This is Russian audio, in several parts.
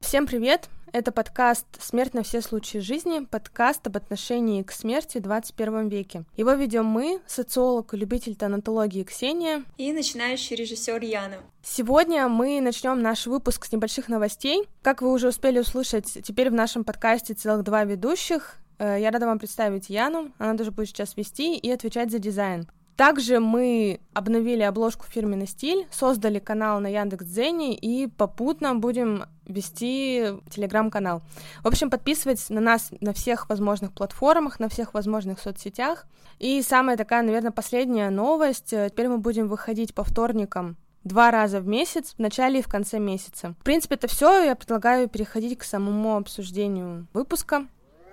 Всем привет! Это подкаст «Смерть на все случаи жизни», подкаст об отношении к смерти в 21 веке. Его ведем мы, социолог и любитель тонатологии Ксения и начинающий режиссер Яна. Сегодня мы начнем наш выпуск с небольших новостей. Как вы уже успели услышать, теперь в нашем подкасте целых 2 ведущих. Я рада вам представить Яну, она тоже будет сейчас вести и отвечать за дизайн. Также мы обновили обложку «Фирменный стиль», создали канал на Яндекс.Дзене и попутно будем вести телеграм-канал. В общем, подписывайтесь на нас на всех возможных платформах, на всех возможных соцсетях. И самая такая, наверное, последняя новость. Теперь мы будем выходить по вторникам 2 раза в месяц, в начале и в конце месяца. В принципе, это все. Я предлагаю переходить к самому обсуждению выпуска.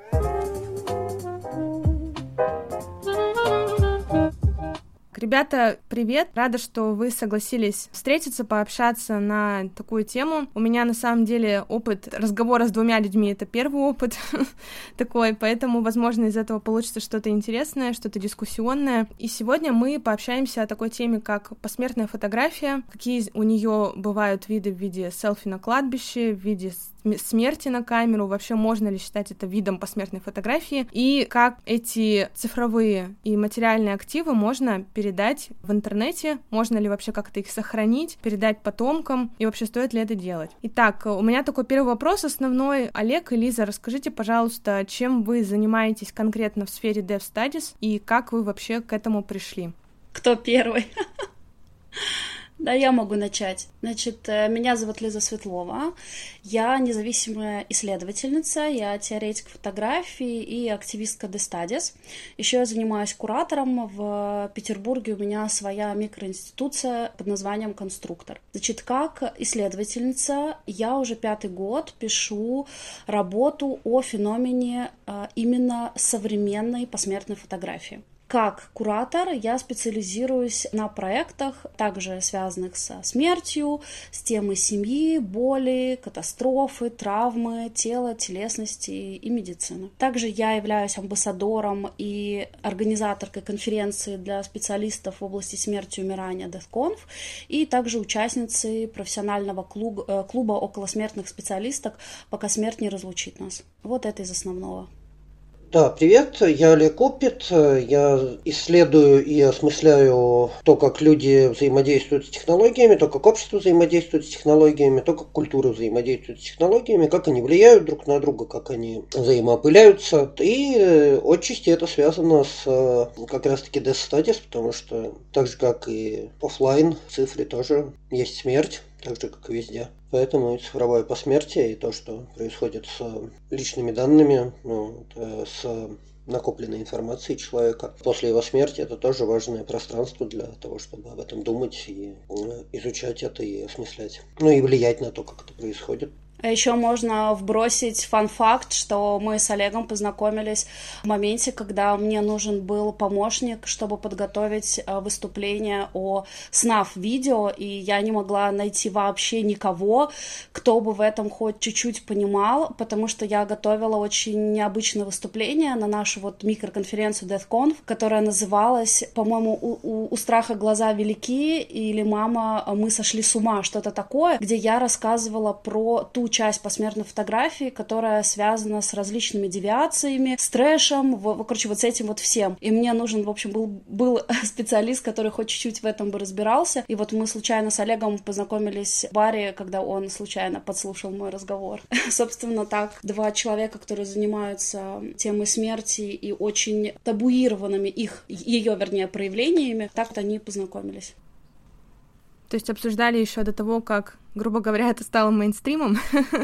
Ребята, привет! Рада, что вы согласились встретиться, пообщаться на такую тему. У меня, на самом деле, опыт разговора с 2 людьми — это первый опыт такой, поэтому, возможно, из этого получится что-то интересное, что-то дискуссионное. И сегодня мы пообщаемся о такой теме, как посмертная фотография, какие у нее бывают виды в виде селфи на кладбище, в виде смерти на камеру, вообще можно ли считать это видом посмертной фотографии, и как эти цифровые и материальные активы можно передать в интернете, можно ли вообще как-то их сохранить, передать потомкам, и вообще стоит ли это делать. Итак, у меня такой первый вопрос основной. Олег и Лиза, расскажите, пожалуйста, чем вы занимаетесь конкретно в сфере Dev Studies и как вы вообще к этому пришли? Кто первый? Да, я могу начать. Значит, меня зовут Лиза Светлова. Я независимая исследовательница, я теоретик фотографии и активистка Dev Studies. Еще я занимаюсь куратором. В Петербурге у меня своя микроинституция под названием «Конструктор». Значит, как исследовательница я уже 5-й год пишу работу о феномене именно современной посмертной фотографии. Как куратор я специализируюсь на проектах, также связанных со смертью, с темой семьи, боли, катастрофы, травмы, тела, телесности и медицины. Также я являюсь амбассадором и организаторкой конференции для специалистов в области смерти и умирания DeathConf, и также участницей профессионального клуба околосмертных специалисток «Пока смерть не разлучит нас». Вот это из основного. Да, привет, я Олег Оппит, я исследую и осмысляю то, как люди взаимодействуют с технологиями, то, как общество взаимодействует с технологиями, то, как культура взаимодействует с технологиями, как они влияют друг на друга, как они взаимоопыляются. И отчасти это связано с как раз-таки Death Studies, потому что так же, как и офлайн, в цифре тоже есть смерть, так же, как и везде. Поэтому и цифровое посмертие, и то, что происходит с личными данными, с накопленной информацией человека после его смерти, это тоже важное пространство для того, чтобы об этом думать и изучать это и осмыслять. Ну и влиять на то, как это происходит. А еще можно вбросить фан-факт, что мы с Олегом познакомились в моменте, когда мне нужен был помощник, чтобы подготовить выступление о СНАФ-видео, и я не могла найти вообще никого, кто бы в этом хоть чуть-чуть понимал, потому что я готовила очень необычное выступление на нашу вот микроконференцию DeathConf, которая называлась, по-моему, «У страха глаза велики» или «Мама, мы сошли с ума», что-то такое, где я рассказывала про ту часть посмертной фотографии, которая связана с различными девиациями, с трэшем, короче, вот с этим вот всем. И мне нужен, в общем, был специалист, который хоть чуть-чуть в этом бы разбирался. И вот мы случайно с Олегом познакомились в баре, когда он случайно подслушал мой разговор. Собственно, так 2 человека, которые занимаются темой смерти и очень табуированными ее, вернее, проявлениями, так-то они познакомились. То есть обсуждали еще до того, как, грубо говоря, это стало мейнстримом,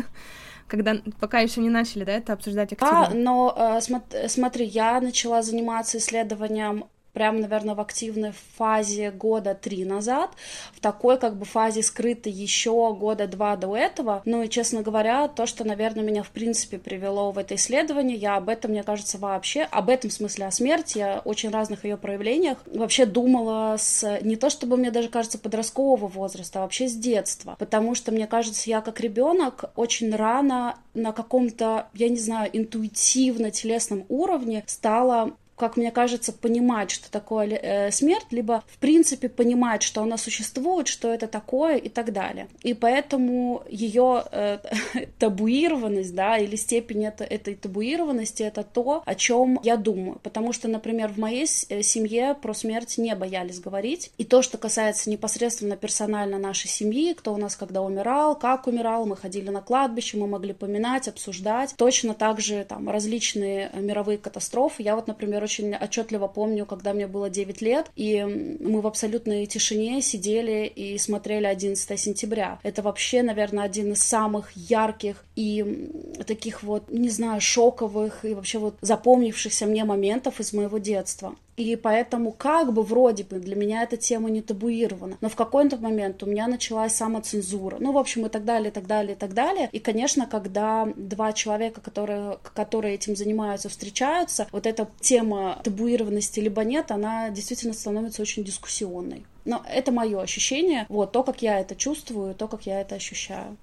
пока еще не начали, да, это обсуждать активно? Да, но смотри, я начала заниматься исследованием прям, наверное, в активной фазе 3 года назад, в такой как бы фазе скрытой еще 2 года до этого. Ну и, честно говоря, то, что, наверное, меня в принципе привело в это исследование, я об этом, мне кажется, вообще, об этом в смысле о смерти, о очень разных ее проявлениях, вообще думала не то чтобы, мне даже кажется, подросткового возраста, а вообще с детства. Потому что, мне кажется, я как ребенок очень рано на каком-то, я не знаю, интуитивно-телесном уровне стала как мне кажется, понимать, что такое смерть, либо, в принципе, понимать, что она существует, что это такое и так далее. И поэтому ее табуированность, да, или степень этой табуированности — это то, о чем я думаю. Потому что, например, в моей семье про смерть не боялись говорить. И то, что касается непосредственно персонально нашей семьи, кто у нас когда умирал, как умирал, мы ходили на кладбище, мы могли поминать, обсуждать. Точно так же там различные мировые катастрофы. Я вот, например, очень отчетливо помню, когда мне было 9 лет, и мы в абсолютной тишине сидели и смотрели 11 сентября. Это вообще, наверное, один из самых ярких и таких вот, не знаю, шоковых и вообще вот запомнившихся мне моментов из моего детства. И поэтому как бы вроде бы для меня эта тема не табуирована, но в какой-то момент у меня началась самоцензура. Ну, в общем, и так далее, и так далее, и так далее. И, конечно, когда два человека, которые этим занимаются, встречаются, вот эта тема табуированности либо нет, она действительно становится очень дискуссионной. Но это мое ощущение, вот то, как я это чувствую, то, как я это ощущаю.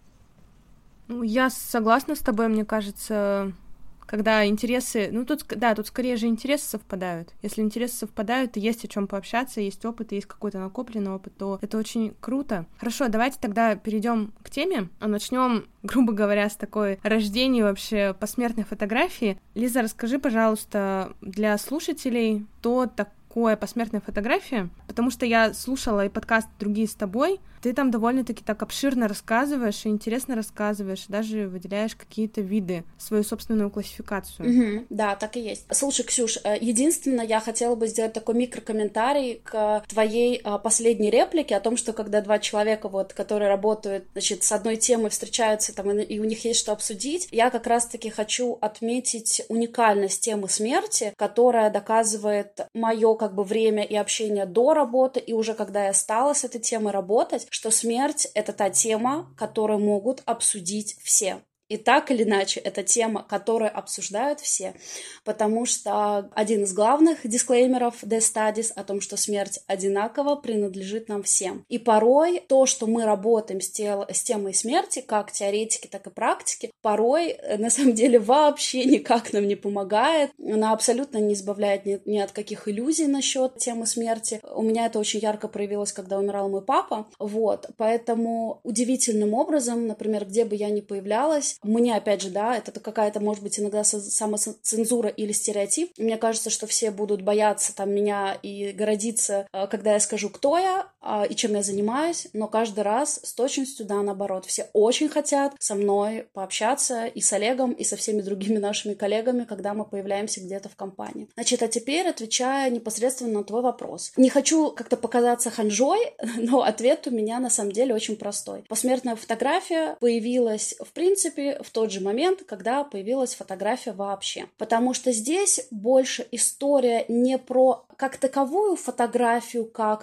Я согласна с тобой, мне кажется, когда интересы... тут скорее же интересы совпадают. Если интересы совпадают, и есть о чем пообщаться, есть опыт, есть какой-то накопленный опыт, то это очень круто. Хорошо, давайте тогда перейдем к теме, начнем, грубо говоря, с такой рождения вообще посмертной фотографии. Лиза, расскажи, пожалуйста, для слушателей, что такое посмертная фотография, потому что я слушала и подкаст «Другие с тобой», ты там довольно-таки так обширно рассказываешь и интересно рассказываешь, даже выделяешь какие-то виды, свою собственную классификацию. Да, так и есть. Слушай, Ксюш, единственное, я хотела бы сделать такой микрокомментарий к твоей последней реплике о том, что когда два человека, вот, которые работают, значит, с одной темой встречаются там, и у них есть что обсудить, я как раз-таки хочу отметить уникальность темы смерти, которая доказывает мое как бы время и общение до работы, и уже когда я стала с этой темой работать, что смерть — это та тема, которую могут обсудить все. И так или иначе, это тема, которую обсуждают все, потому что один из главных дисклеймеров The Studies о том, что смерть одинаково принадлежит нам всем. И порой то, что мы работаем с темой смерти, как теоретики, так и практики, порой на самом деле вообще никак нам не помогает. Она абсолютно не избавляет ни от каких иллюзий насчет темы смерти. У меня это очень ярко проявилось, когда умирал мой папа. Вот. Поэтому удивительным образом, например, где бы я ни появлялась, мне, опять же, да, это какая-то, может быть, иногда самоцензура или стереотип. Мне кажется, что все будут бояться там меня и гордиться, когда я скажу, кто я и чем я занимаюсь, но каждый раз с точностью, да, наоборот. Все очень хотят со мной пообщаться и с Олегом, и со всеми другими нашими коллегами, когда мы появляемся где-то в компании. Значит, а теперь отвечая непосредственно на твой вопрос. Не хочу как-то показаться ханжой, но ответ у меня на самом деле очень простой. Посмертная фотография появилась, в принципе, в тот же момент, когда появилась фотография вообще. Потому что здесь больше история не про как таковую фотографию, как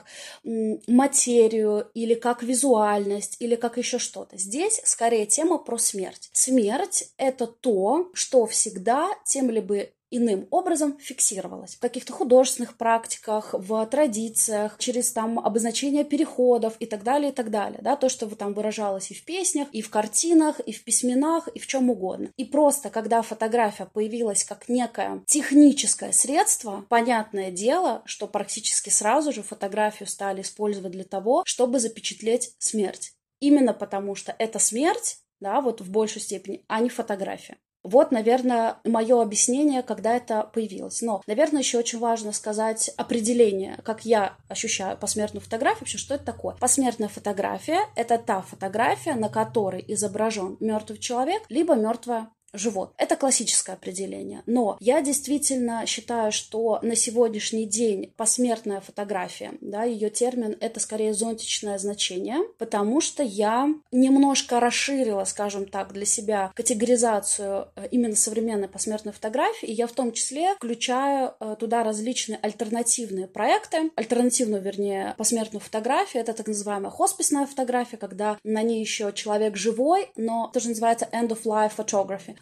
материю, или как визуальность, или как еще что-то. Здесь скорее тема про смерть. Смерть — это то, что всегда тем либо иным образом фиксировалось в каких-то художественных практиках, в традициях, через там обозначение переходов и так далее, и так далее. Да? То, что там выражалось и в песнях, и в картинах, и в письменах, и в чем угодно. И просто, когда фотография появилась как некое техническое средство, понятное дело, что практически сразу же фотографию стали использовать для того, чтобы запечатлеть смерть. Именно потому, что это смерть, да, вот в большей степени, а не фотография. Вот, наверное, мое объяснение, когда это появилось. Но, наверное, еще очень важно сказать определение, как я ощущаю посмертную фотографию, вообще, что это такое. Посмертная фотография — это та фотография, на которой изображен мертвый человек, либо мертвое живот. Это классическое определение. Но я действительно считаю, что на сегодняшний день посмертная фотография, да, ее термин — это скорее зонтичное значение, потому что я немножко расширила, скажем так, для себя категоризацию именно современной посмертной фотографии, и я в том числе включаю туда различные альтернативные проекты, вернее, посмертную фотографию. Это так называемая хосписная фотография, когда на ней еще человек живой, но тоже называется end of life photography.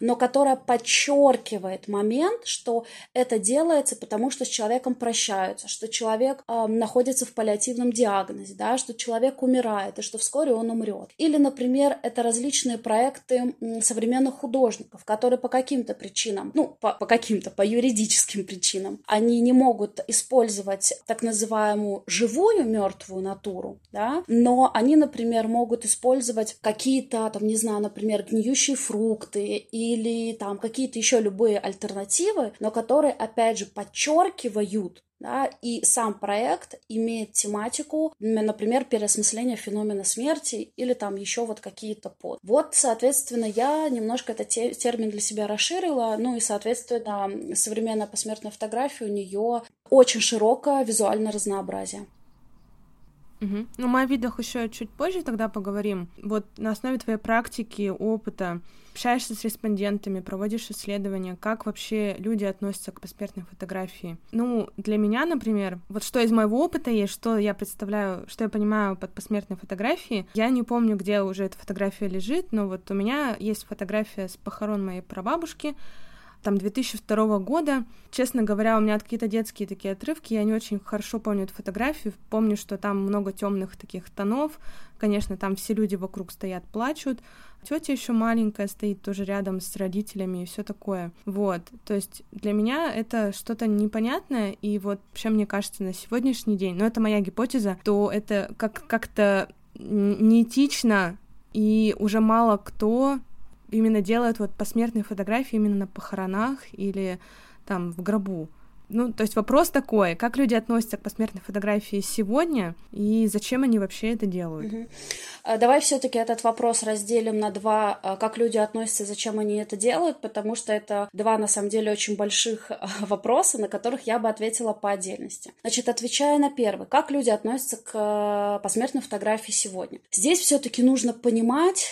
но которая подчеркивает момент, что это делается потому, что с человеком прощаются, что человек находится в паллиативном диагнозе, да, что человек умирает и что вскоре он умрет. Или, например, это различные проекты современных художников, которые по каким-то причинам, по юридическим причинам, они не могут использовать так называемую живую мертвую натуру, да, но они, например, могут использовать какие-то, например, гниющие фрукты или какие-то еще любые альтернативы, но которые, опять же, подчеркивают, да, и сам проект имеет тематику, например, переосмысления феномена смерти или еще какие-то под. Вот, соответственно, я немножко этот термин для себя расширила, и, соответственно, современная посмертная фотография, у нее очень широкое визуальное разнообразие. Угу. Мы о видах еще чуть позже тогда поговорим. Вот на основе твоей практики, опыта, общаешься с респондентами, проводишь исследования, как вообще люди относятся к посмертной фотографии. Для меня, например, вот что из моего опыта есть, что я представляю, что я понимаю под посмертной фотографией. Я не помню, где уже эта фотография лежит, но вот у меня есть фотография с похорон моей прабабушки, 2002 года. Честно говоря, у меня какие-то детские такие отрывки, я не очень хорошо помню эту фотографию, помню, что там много темных таких тонов, конечно, там все люди вокруг стоят, плачут, тетя еще маленькая стоит тоже рядом с родителями и все такое. Вот, то есть для меня это что-то непонятное, и вот вообще мне кажется на сегодняшний день, но это моя гипотеза, то это как-то неэтично, и уже мало кто именно делают посмертные фотографии именно на похоронах или в гробу. То есть вопрос такой, как люди относятся к посмертной фотографии сегодня и зачем они вообще это делают? Давай все-таки этот вопрос разделим на два, как люди относятся и зачем они это делают, потому что это два, на самом деле, очень больших вопроса, на которых я бы ответила по отдельности. Значит, отвечая на первый, как люди относятся к посмертной фотографии сегодня. Здесь все-таки нужно понимать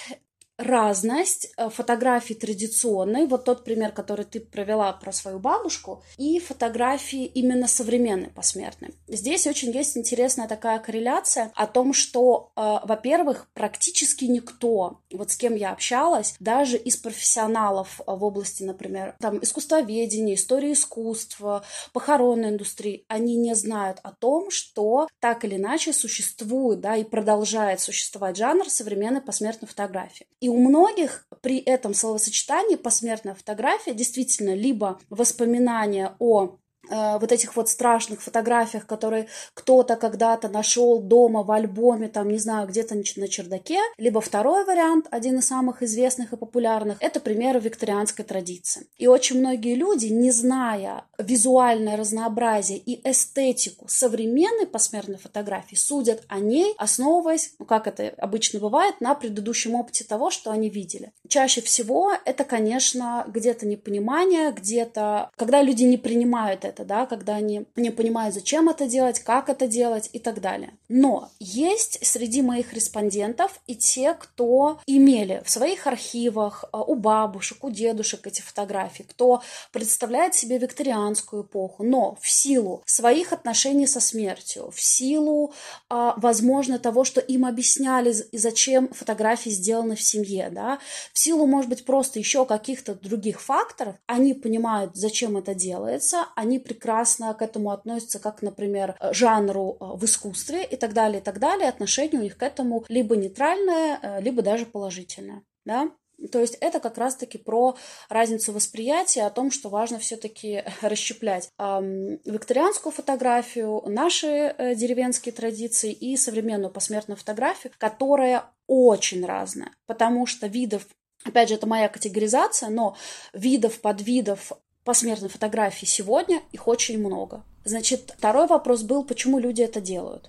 разность фотографий традиционной, вот тот пример, который ты провела про свою бабушку, и фотографии именно современной посмертной. Здесь очень есть интересная такая корреляция о том, что, во-первых, практически никто, вот с кем я общалась, даже из профессионалов в области, например, искусствоведения, истории искусства, похоронной индустрии, они не знают о том, что так или иначе существует, да, и продолжает существовать жанр современной посмертной фотографии. И у многих при этом словосочетании посмертная фотография действительно либо воспоминания о вот этих страшных фотографиях, которые кто-то когда-то нашел дома в альбоме, где-то на чердаке. Либо второй вариант, один из самых известных и популярных, это примеры викторианской традиции. И очень многие люди, не зная визуальное разнообразие и эстетику современной посмертной фотографии, судят о ней, основываясь, как это обычно бывает, на предыдущем опыте того, что они видели. Чаще всего это, конечно, где-то непонимание, где-то, когда люди не принимают это, да, когда они не понимают, зачем это делать, как это делать и так далее. Но есть среди моих респондентов и те, кто имели в своих архивах у бабушек, у дедушек эти фотографии, кто представляет себе викторианскую эпоху, но в силу своих отношений со смертью, в силу, возможно, того, что им объясняли, зачем фотографии сделаны в семье, да, в силу, может быть, просто еще каких-то других факторов, они понимают, зачем это делается, они прекрасно к этому относятся, как, например, жанру в искусстве и так далее, отношение у них к этому либо нейтральное, либо даже положительное, да. То есть это как раз-таки про разницу восприятия, о том, что важно все-таки расщеплять викторианскую фотографию, наши деревенские традиции и современную посмертную фотографию, которая очень разная, потому что видов, опять же, это моя категоризация, но видов, подвидов посмертной фотографии сегодня их очень много. Значит, второй вопрос был, почему люди это делают.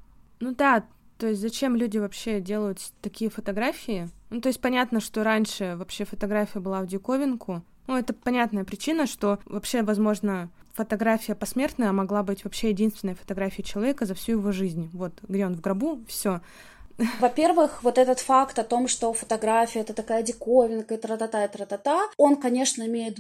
То есть зачем люди вообще делают такие фотографии? То есть понятно, что раньше вообще фотография была в диковинку. Это понятная причина, что вообще, возможно, фотография посмертная могла быть вообще единственной фотографией человека за всю его жизнь. Вот, где он в гробу, все. Во-первых, вот этот факт о том, что фотография — это такая диковинка, и тра-та-та, и тра-та-та, он, конечно, имеет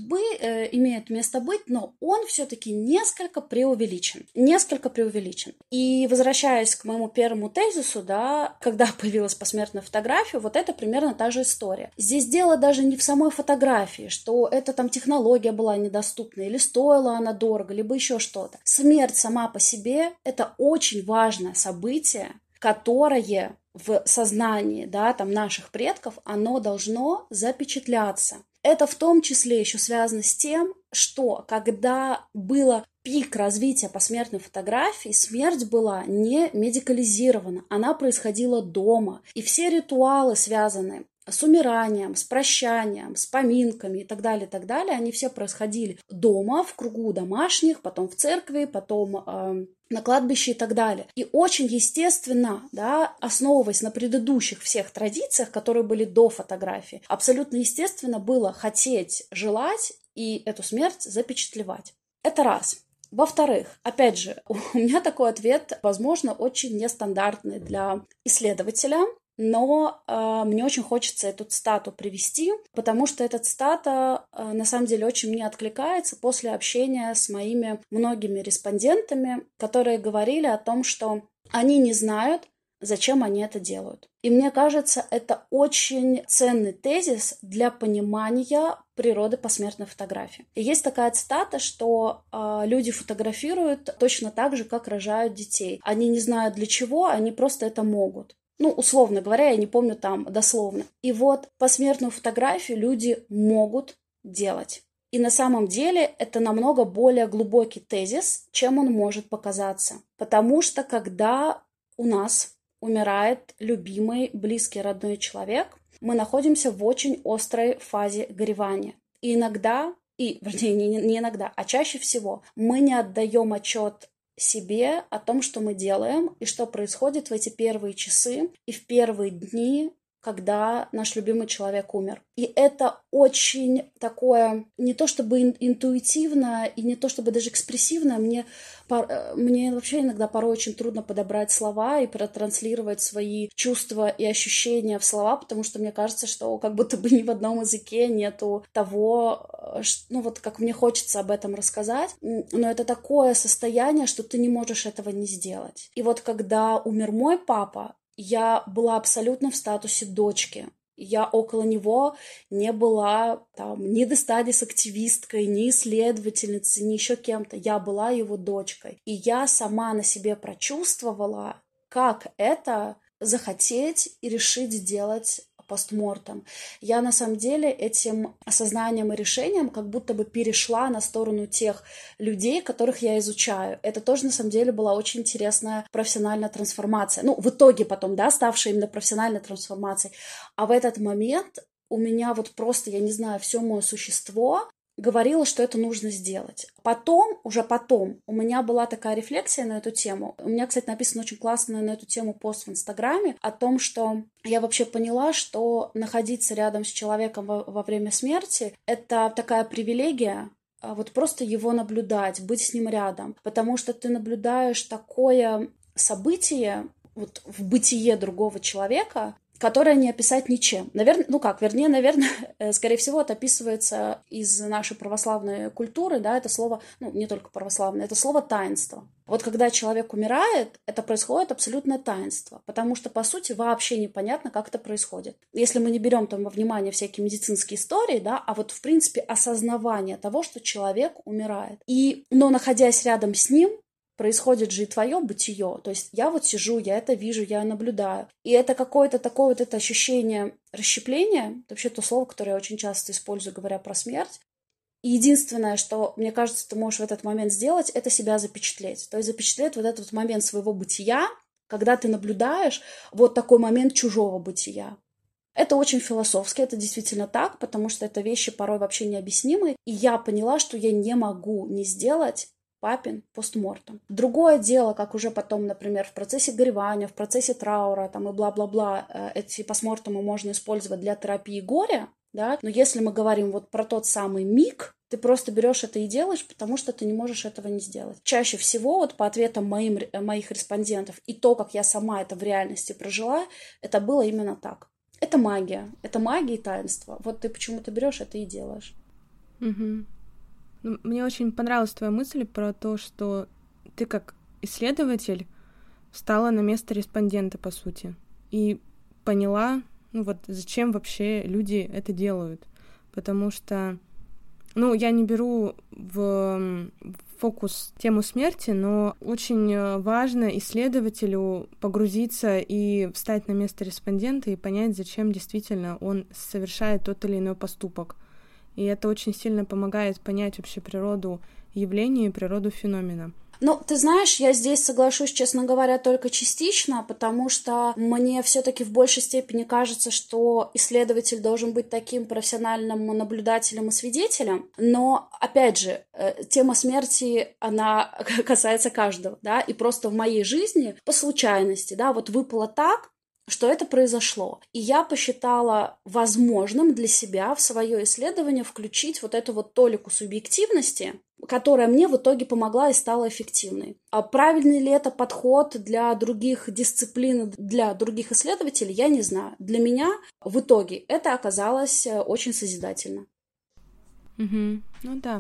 место быть, но он все-таки несколько преувеличен. Несколько преувеличен. И возвращаясь к моему первому тезису, да, когда появилась посмертная фотография, вот это примерно та же история. Здесь дело даже не в самой фотографии, что эта там технология была недоступна, или стоила она дорого, либо еще что-то. Смерть сама по себе — это очень важное событие, которое в сознании, да, там, наших предков, оно должно запечатляться. Это в том числе еще связано с тем, что когда было пик развития посмертной фотографии, смерть была не медикализирована, она происходила дома. И все ритуалы, связанные с умиранием, с прощанием, с поминками и так далее, они все происходили дома, в кругу домашних, потом в церкви, потом на кладбище и так далее. И очень естественно, да, основываясь на предыдущих всех традициях, которые были до фотографии, абсолютно естественно было хотеть, желать и эту смерть запечатлевать. Это раз. Во-вторых, опять же, у меня такой ответ, возможно, очень нестандартный для исследователя, но мне очень хочется эту цитату привести, потому что эта цитата на самом деле очень мне откликается после общения с моими многими респондентами, которые говорили о том, что они не знают, зачем они это делают. И мне кажется, это очень ценный тезис для понимания природы посмертной фотографии. И есть такая цитата, что люди фотографируют точно так же, как рожают детей. Они не знают для чего, они просто это могут. Ну, условно говоря, я не помню там дословно. И вот посмертную фотографию люди могут делать. И на самом деле это намного более глубокий тезис, чем он может показаться. Потому что когда у нас умирает любимый, близкий, родной человек, мы находимся в очень острой фазе горевания. И иногда, вернее, не иногда, а чаще всего мы не отдаем отчет себе о том, что мы делаем и что происходит в эти первые часы и в первые дни, когда наш любимый человек умер. И это очень такое, не то чтобы интуитивно и не то чтобы даже экспрессивно, мне вообще иногда порой очень трудно подобрать слова и протранслировать свои чувства и ощущения в слова, потому что мне кажется, что как будто бы ни в одном языке нету того, ну вот как мне хочется об этом рассказать, но это такое состояние, что ты не можешь этого не сделать. И вот когда умер мой папа, я была абсолютно в статусе дочки. Я около него не была там ни дестадис-активисткой, ни исследовательницей, ни еще кем-то. Я была его дочкой. И я сама на себе прочувствовала, как это захотеть и решить сделать постмортем. Я на самом деле этим осознанием и решением как будто бы перешла на сторону тех людей, которых я изучаю. Это тоже на самом деле была очень интересная профессиональная трансформация. Ну, в итоге потом, да, ставшая именно профессиональной трансформацией. А в этот момент у меня вот просто, я не знаю, все мое существо говорила, что это нужно сделать. Уже потом у меня была такая рефлексия на эту тему. У меня, кстати, написан очень классный на эту тему пост в Инстаграме о том, что я вообще поняла, что находиться рядом с человеком во время смерти — это такая привилегия, вот просто его наблюдать, быть с ним рядом. Потому что ты наблюдаешь такое событие вот в бытие другого человека, которое не описать ничем. Наверное, скорее всего, это описывается из нашей православной культуры, да, это слово, не только православное, это слово таинство. Вот когда человек умирает, это происходит абсолютное таинство, потому что, по сути, вообще непонятно, как это происходит. Если мы не берем там во внимание всякие медицинские истории, да, а вот, в принципе, осознавание того, что человек умирает. Но находясь рядом с ним, происходит же и твое бытие. То есть я вот сижу, я это вижу, я наблюдаю. И это какое-то такое вот это ощущение расщепления, это вообще то слово, которое я очень часто использую, говоря про смерть. И единственное, что, мне кажется, ты можешь в этот момент сделать, это себя запечатлеть. То есть запечатлеть вот этот вот момент своего бытия, когда ты наблюдаешь вот такой момент чужого бытия. Это очень философски, это действительно так, потому что это вещи порой вообще необъяснимые. И я поняла, что я не могу не сделать папин постмортем. Другое дело, как уже потом, например, в процессе горевания, в процессе траура там, и бла-бла-бла, эти постмортемы можно использовать для терапии горя, да? Но если мы говорим вот про тот самый миг, Ты просто берешь это и делаешь, потому что ты не можешь этого не сделать. Чаще всего, вот по ответам моих респондентов и то, как я сама это в реальности прожила, это было именно так. Это магия и таинство. Вот ты почему-то берешь это и делаешь. Угу. Мне очень понравилась твоя мысль про то, что ты как исследователь встала на место респондента, по сути, и поняла, зачем вообще люди это делают. Потому что, я не беру в фокус тему смерти, но очень важно исследователю погрузиться и встать на место респондента и понять, зачем действительно он совершает тот или иной поступок. И это очень сильно помогает понять вообще природу явления и природу феномена. Ты знаешь, я здесь соглашусь, честно говоря, только частично, потому что мне все-таки в большей степени кажется, что исследователь должен быть таким профессиональным наблюдателем и свидетелем. Но, опять же, тема смерти, она касается каждого, да, и просто в моей жизни по случайности, да, вот выпало так, что это произошло. И я посчитала возможным для себя в свое исследование включить вот эту вот толику субъективности, которая мне в итоге помогла и стала эффективной. А правильный ли это подход для других дисциплин, для других исследователей, я не знаю. Для меня в итоге это оказалось очень созидательно. Угу. Да.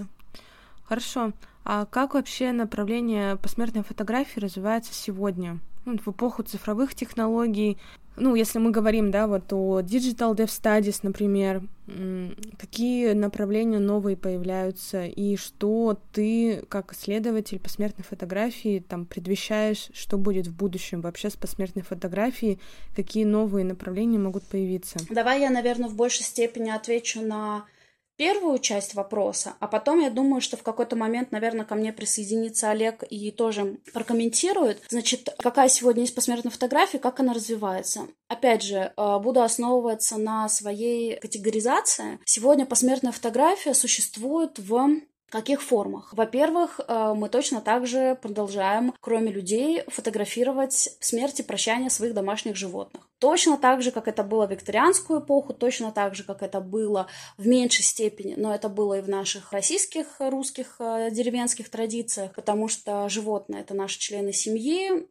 Хорошо. А как вообще направление посмертной фотографии развивается сегодня? В эпоху цифровых технологий, если мы говорим, да, о Digital Dev Studies, например, какие направления новые появляются, и что ты, как исследователь посмертной фотографии, предвещаешь, что будет в будущем вообще с посмертной фотографией, какие новые направления могут появиться? Давай я, наверное, в большей степени отвечу на первую часть вопроса, а потом я думаю, что в какой-то момент, наверное, ко мне присоединится Олег и тоже прокомментирует. Значит, какая сегодня есть посмертная фотография, как она развивается. Опять же, буду основываться на своей категоризации. Сегодня посмертная фотография существует в каких формах? Во-первых, мы точно так же продолжаем, кроме людей, фотографировать смерть и прощание своих домашних животных. Точно так же, как это было в викторианскую эпоху, точно так же, как это было в меньшей степени, но это было и в наших российских, русских, деревенских традициях, потому что животные — это наши члены семьи,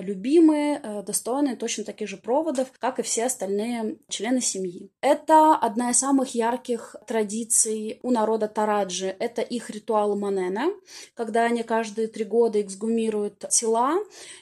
любимые, достойные точно таких же проводов, как и все остальные члены семьи. Это одна из самых ярких традиций у народа Тараджи. Это их ритуал Манена, когда они каждые 3 года эксгумируют тела.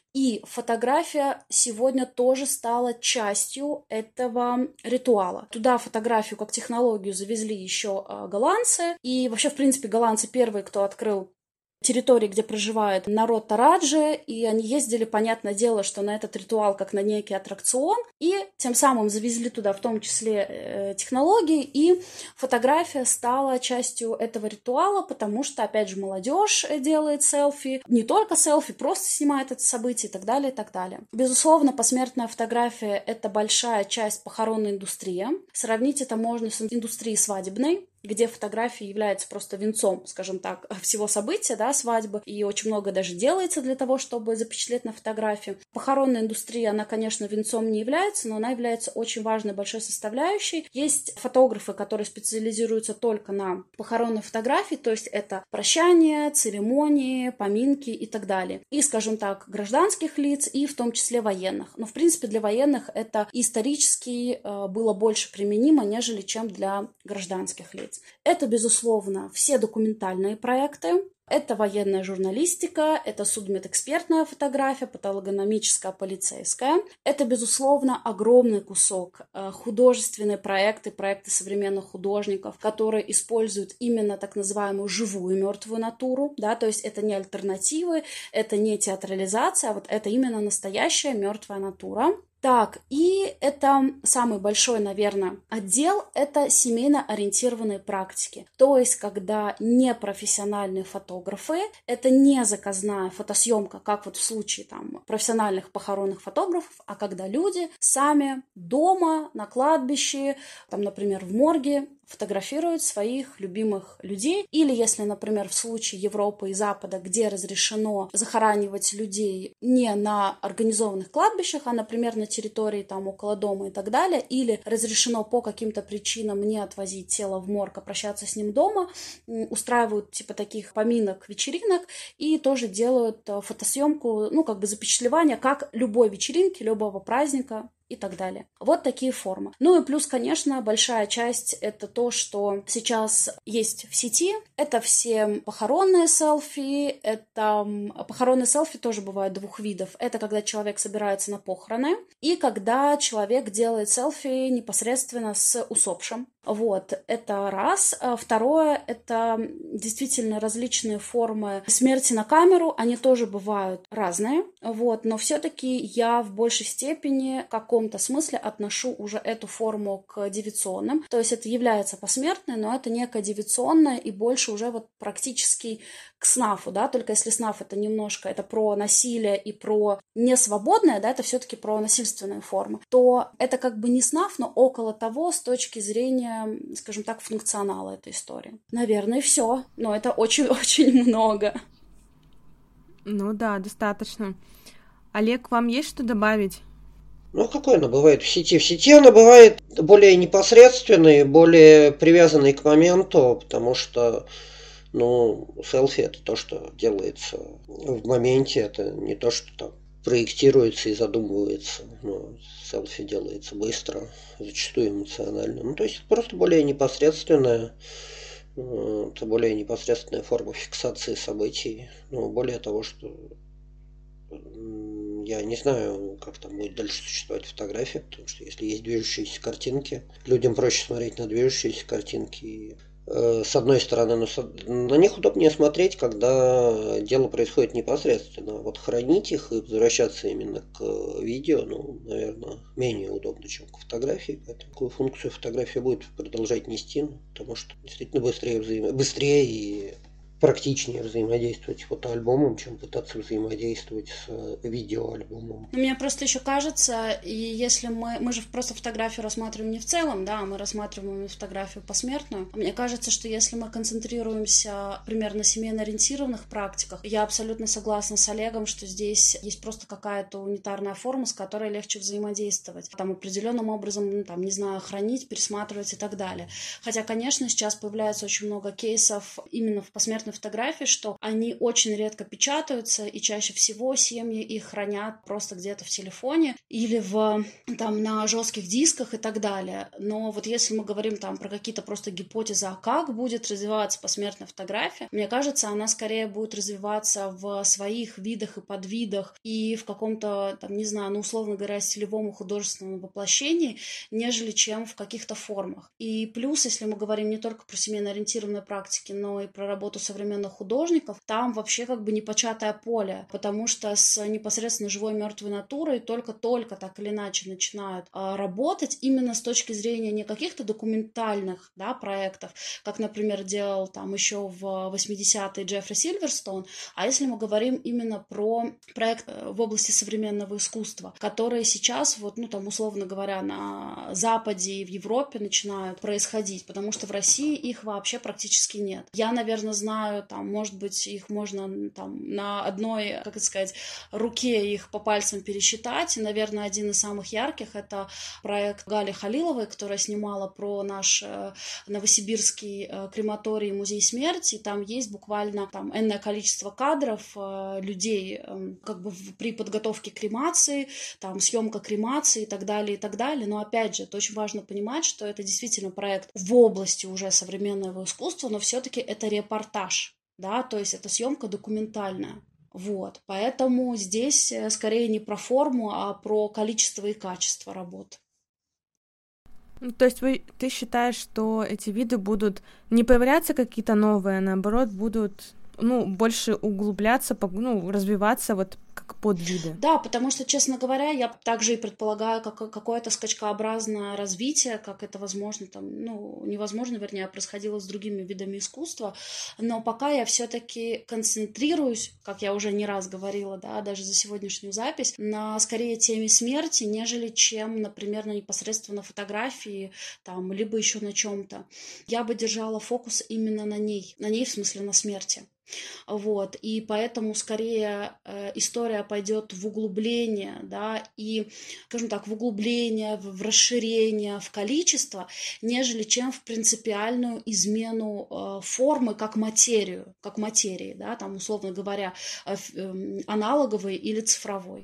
И фотография сегодня тоже стала частью этого ритуала. Туда фотографию как технологию завезли еще голландцы. И вообще, в принципе, голландцы первые, кто открыл территории, где проживает народ Тараджи, и они ездили, понятное дело, что на этот ритуал как на некий аттракцион, и тем самым завезли туда в том числе технологии, и фотография стала частью этого ритуала, потому что, опять же, молодежь делает селфи, не только селфи, просто снимает это событие и так далее, и так далее. Безусловно, посмертная фотография — это большая часть похоронной индустрии. Сравнить это можно с индустрией свадебной, где фотография является просто венцом, скажем так, всего события, да, свадьбы, и очень много даже делается для того, чтобы запечатлеть на фотографии. Похоронная индустрия, она, конечно, венцом не является, но она является очень важной большой составляющей. Есть фотографы, которые специализируются только на похоронной фотографии, то есть это прощание, церемонии, поминки и так далее. И, скажем так, гражданских лиц, и в том числе военных. Но, в принципе, для военных это исторически было больше применимо, нежели чем для гражданских лиц. Это, безусловно, все документальные проекты, это военная журналистика, это судмедэкспертная фотография, патологономическая, полицейская. Это, безусловно, огромный кусок художественные проекты современных художников, которые используют именно так называемую живую мертвую натуру, да, то есть это не альтернативы, это не театрализация, а вот это именно настоящая мертвая натура. Так, и это самый большой, наверное, отдел — это семейно-ориентированные практики. То есть, когда непрофессиональные фотографы, это не заказная фотосъемка, как вот в случае профессиональных похоронных фотографов, а когда люди сами дома, на кладбище, например, в морге, фотографируют своих любимых людей. Или если, например, в случае Европы и Запада, где разрешено захоранивать людей не на организованных кладбищах, а, например, на территории там около дома и так далее, или разрешено по каким-то причинам не отвозить тело в морг, а прощаться с ним дома, устраивают типа таких поминок, вечеринок и тоже делают фотосъемку, ну, как бы запечатлевание, как любой вечеринки, любого праздника и так далее. Вот такие формы. Ну и плюс, конечно, большая часть — это то, что сейчас есть в сети. Это все похоронные селфи. Похоронные селфи тоже бывают двух видов. Это когда человек собирается на похороны и когда человек делает селфи непосредственно с усопшим. Вот, это раз. Второе — это действительно различные формы смерти на камеру. Они тоже бывают разные. Вот, но все-таки я в большей степени в каком-то смысле отношу уже эту форму к девиционным. То есть это является посмертной, но это некая девиционная и больше уже вот практически к снафу, да, только если снаф это немножко, это про насилие и про несвободное, да, это все-таки про насильственные формы, то это как бы не снаф, но около того с точки зрения, скажем так, функционала этой истории. Наверное, все, но это очень-очень много. Ну да, достаточно. Олег, вам есть что добавить? Ну, какой она бывает в сети? В сети она бывает более непосредственной, более привязанной к моменту, потому что, ну, селфи — это то, что делается в моменте, это не то, что там проектируется и задумывается. Ну, селфи делается быстро, зачастую эмоционально. Ну, то есть просто более непосредственная, это более непосредственная форма фиксации событий. Ну, более того, что я не знаю, как там будет дальше существовать фотография, потому что если есть движущиеся картинки, людям проще смотреть на движущиеся картинки. С одной стороны, на них удобнее смотреть, когда дело происходит непосредственно. Вот хранить их и возвращаться именно к видео, ну, наверное, менее удобно, чем к фотографии. Поэтому такую функцию фотография будет продолжать нести, потому что действительно быстрее и практичнее взаимодействовать с фотоальбомом, чем пытаться взаимодействовать с видеоальбомом. Мне просто еще кажется, и если мы же просто фотографию рассматриваем не в целом, да, мы рассматриваем фотографию посмертную. Мне кажется, что если мы концентрируемся, например, на семейно-ориентированных практиках, я абсолютно согласна с Олегом, что здесь есть просто какая-то унитарная форма, с которой легче взаимодействовать. Там определенным образом, там, не знаю, хранить, пересматривать и так далее. Хотя, конечно, сейчас появляется очень много кейсов именно в посмертной фотографии, что они очень редко печатаются, и чаще всего семьи их хранят просто где-то в телефоне или там, на жестких дисках и так далее. Но вот если мы говорим там про какие-то просто гипотезы, а как будет развиваться посмертная фотография, мне кажется, она скорее будет развиваться в своих видах и подвидах и в каком-то, там, не знаю, ну, условно говоря, стилевом и художественном воплощении, нежели чем в каких-то формах. И плюс, если мы говорим не только про семейно-ориентированные практики, но и про работу современных художников, там вообще как бы непочатое поле, потому что с непосредственно живой мертвой натурой только-только так или иначе начинают работать именно с точки зрения не каких-то документальных, да, проектов, как, например, делал там еще в 80-е Джеффри Сильверстоун, а если мы говорим именно про проект в области современного искусства, которые сейчас, вот, ну, там, условно говоря, на Западе и в Европе начинают происходить, потому что в России их вообще практически нет. Я, наверное, знаю, там, может быть, их можно там на одной, как это сказать, руке их по пальцам пересчитать. И, наверное, один из самых ярких — это проект Гали Халиловой, которая снимала про наш новосибирский крематорий «Музей смерти». И там есть буквально там энное количество кадров людей как бы при подготовке кремации, там съемка кремации и так далее, и так далее. Но, опять же, это очень важно понимать, что это действительно проект в области уже современного искусства, но все-таки это репортаж, да, то есть это съемка документальная. Вот, поэтому здесь скорее не про форму, а про количество и качество работ. То есть ты считаешь, что эти виды будут не появляться какие-то новые, а наоборот будут, ну, больше углубляться, ну, развиваться вот как подвиды? Да, потому что, честно говоря, я также и предполагаю какое-то скачкообразное развитие, как это возможно, там, ну, невозможно, вернее, происходило с другими видами искусства, но пока я все-таки концентрируюсь, как я уже не раз говорила, да, даже за сегодняшнюю запись, на скорее теме смерти, нежели чем, например, на непосредственно фотографии, там, либо еще на чем-то. Я бы держала фокус именно на ней в смысле на смерти. Вот, и поэтому скорее история пойдет в углубление, да, и, скажем так, в углубление, в расширение, в количество, нежели чем в принципиальную измену формы как материи, да, там, условно говоря, аналоговой или цифровой.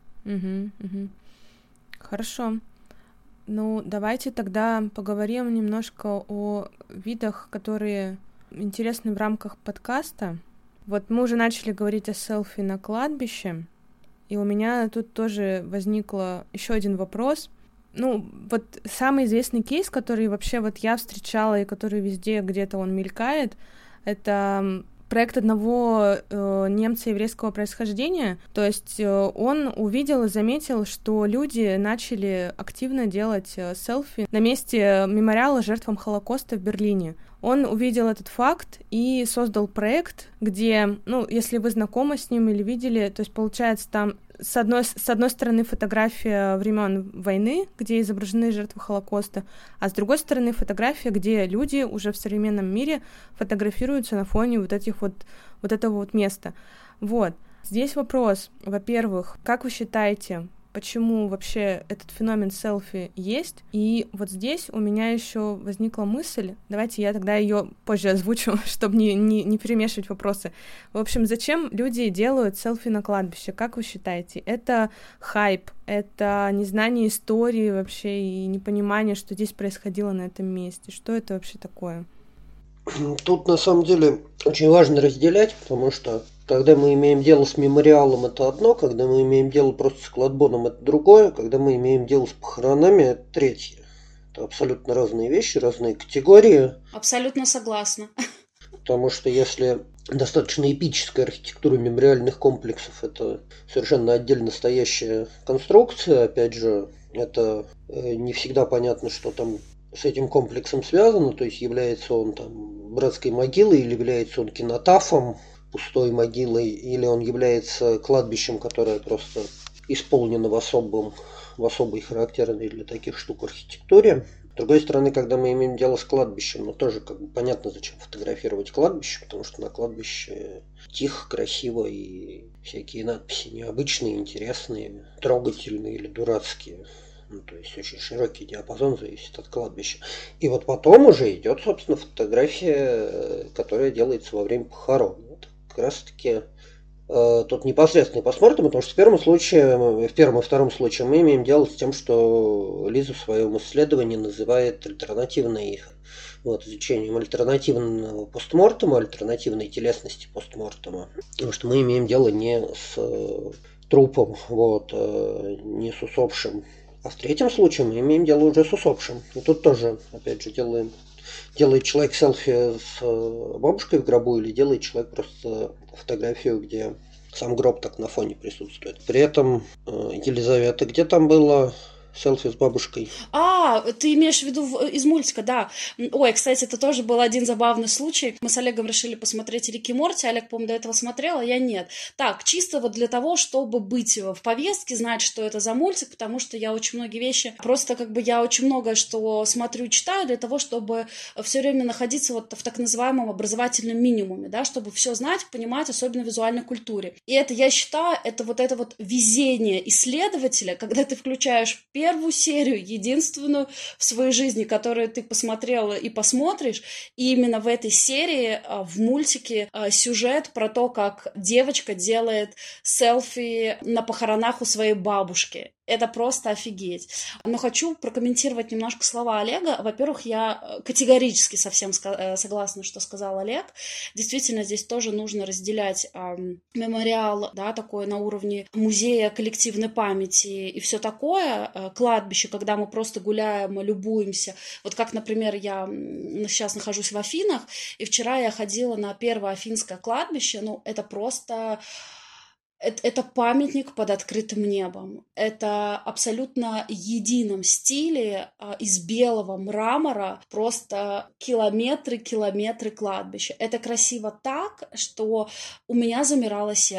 Хорошо. Ну, давайте тогда поговорим немножко о видах, которые интересны в рамках подкаста. Вот мы уже начали говорить о селфи на кладбище, и у меня тут тоже возникло еще один вопрос. Ну, вот самый известный кейс, который вообще вот я встречала и который везде где-то он мелькает, это проект одного немца еврейского происхождения. То есть он увидел и заметил, что люди начали активно делать селфи на месте мемориала жертвам Холокоста в Берлине. Он увидел этот факт и создал проект, где, ну, если вы знакомы с ним или видели, то есть получается там с одной стороны фотография времен войны, где изображены жертвы Холокоста, а с другой стороны фотография, где люди уже в современном мире фотографируются на фоне вот этого вот места. Вот. Здесь вопрос, во-первых, как вы считаете, почему вообще этот феномен селфи есть? И вот здесь у меня еще возникла мысль, давайте я тогда ее позже озвучу, чтобы не перемешивать вопросы. В общем, зачем люди делают селфи на кладбище? Как вы считаете? Это хайп, это незнание истории вообще и непонимание, что здесь происходило на этом месте? Что это вообще такое? Тут на самом деле очень важно разделять, потому что когда мы имеем дело с мемориалом, это одно, когда мы имеем дело просто с кладбоном, это другое, когда мы имеем дело с похоронами, это третье. Это абсолютно разные вещи, разные категории. Абсолютно согласна. Потому что если достаточно эпическая архитектура мемориальных комплексов, это совершенно отдельно стоящая конструкция, опять же, это не всегда понятно, что там с этим комплексом связано, то есть является он там братской могилой или является он кинотафом, пустой могилой, или он является кладбищем, которое просто исполнено в особой характерной для таких штук архитектуре. С другой стороны, когда мы имеем дело с кладбищем, ну тоже как бы понятно, зачем фотографировать кладбище, потому что на кладбище тихо, красиво и всякие надписи необычные, интересные, трогательные или дурацкие. Ну, то есть очень широкий диапазон зависит от кладбища. И вот потом уже идет, собственно, фотография, которая делается во время похорон. Вот как раз-таки тут непосредственный постмортем, потому что в первом и втором случае мы имеем дело с тем, что Лиза в своем исследовании называет изучением альтернативного постмортема, альтернативной телесности постмортема. Потому что мы имеем дело не с трупом, не с усопшим. А в третьем случае мы имеем дело уже с усопшим. И тут тоже, опять же, делает человек селфи с бабушкой в гробу или делает человек просто фотографию, где сам гроб так на фоне присутствует. При этом, Елизавета, где там было селфи с бабушкой? Ты имеешь в виду из мультика, да. Ой, кстати, это тоже был один забавный случай. Мы с Олегом решили посмотреть Рик и Морти. Олег, по-моему, до этого смотрел, а я нет. Так, чисто вот для того, чтобы быть в повестке, знать, что это за мультик, потому что я очень многие вещи, просто как бы я очень многое что смотрю и читаю для того, чтобы все время находиться вот в так называемом образовательном минимуме, да, чтобы все знать, понимать, особенно в визуальной культуре. И это, я считаю, это вот везение исследователя, когда ты включаешь первую серию, единственную в своей жизни, которую ты посмотрела и посмотришь, и именно в этой серии в мультике сюжет про то, как девочка делает селфи на похоронах у своей бабушки. Это просто офигеть. Но хочу прокомментировать немножко слова Олега. Во-первых, я категорически совсем согласна, что сказал Олег. Действительно, здесь тоже нужно разделять мемориал, да, такой на уровне музея коллективной памяти и все такое, кладбище, когда мы просто гуляем, любуемся. Вот как, например, я сейчас нахожусь в Афинах, и вчера я ходила на первое афинское кладбище. Ну, это просто... Это памятник под открытым небом. Это абсолютно едином стиле из белого мрамора, просто километры кладбища. Это красиво так, что у меня замирало сердце.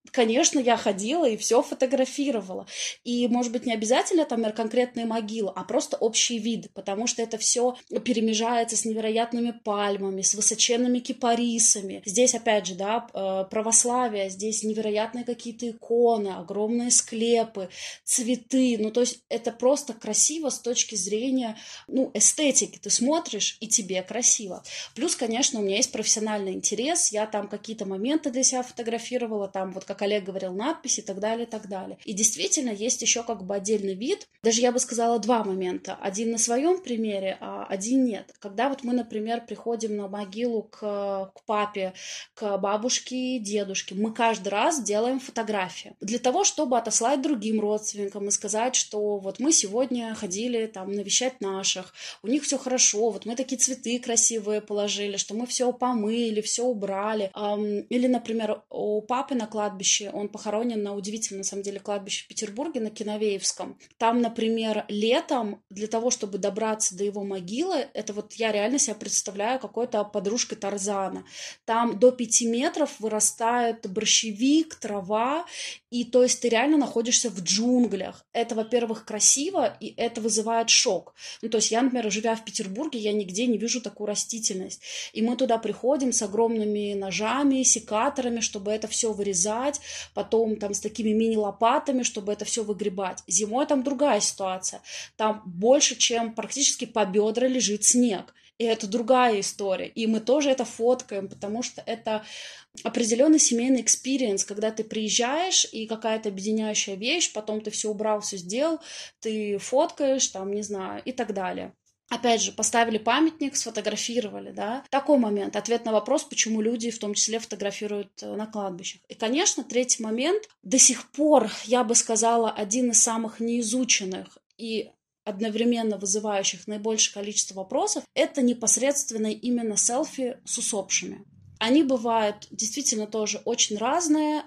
конечно, я ходила и все фотографировала. И, может быть, не обязательно там конкретные могилы, а просто общий вид, потому что это все перемежается с невероятными пальмами, с высоченными кипарисами. Здесь, опять же, да, православие, здесь невероятные какие-то иконы, огромные склепы, цветы. Ну, то есть это просто красиво с точки зрения, ну, эстетики. Ты смотришь, и тебе красиво. Плюс, конечно, у меня есть профессиональный интерес. Я там какие-то моменты для себя фотографировала, там вот как Олег говорил, надписи и так далее, и так далее. И действительно есть еще как бы отдельный вид. Даже я бы сказала два момента. Один на своем примере, а один нет. Когда вот мы, например, приходим на могилу к папе, к бабушке, дедушке, мы каждый раз делаем фотографии. Для того, чтобы отослать другим родственникам и сказать, что вот мы сегодня ходили там навещать наших, у них все хорошо, вот мы такие цветы красивые положили, что мы все помыли, все убрали. Или, например, у папы на кладбище, он похоронен на удивительном, на самом деле, кладбище в Петербурге, на Киновеевском. Там, например, летом для того, чтобы добраться до его могилы, это вот я реально себя представляю какой-то подружкой Тарзана. Там до 5 метров вырастает борщевик, трава, и то есть ты реально находишься в джунглях. Это, во-первых, красиво, и это вызывает шок. Ну, то есть я, например, живя в Петербурге, я нигде не вижу такую растительность. И мы туда приходим с огромными ножами, секаторами, чтобы это все вырезать, потом там с такими мини-лопатами, чтобы это все выгребать. Зимой там другая ситуация. Там больше, чем практически по бедра лежит снег. И это другая история. И мы тоже это фоткаем, потому что это определенный семейный экспириенс, когда ты приезжаешь, и какая-то объединяющая вещь, потом ты все убрал, все сделал, ты фоткаешь, там, не знаю, и так далее. Опять же, поставили памятник, сфотографировали, да. Такой момент, ответ на вопрос, почему люди в том числе фотографируют на кладбищах. И, конечно, третий момент, до сих пор, я бы сказала, один из самых неизученных и одновременно вызывающих наибольшее количество вопросов, это непосредственно именно селфи с усопшими. Они бывают действительно тоже очень разные,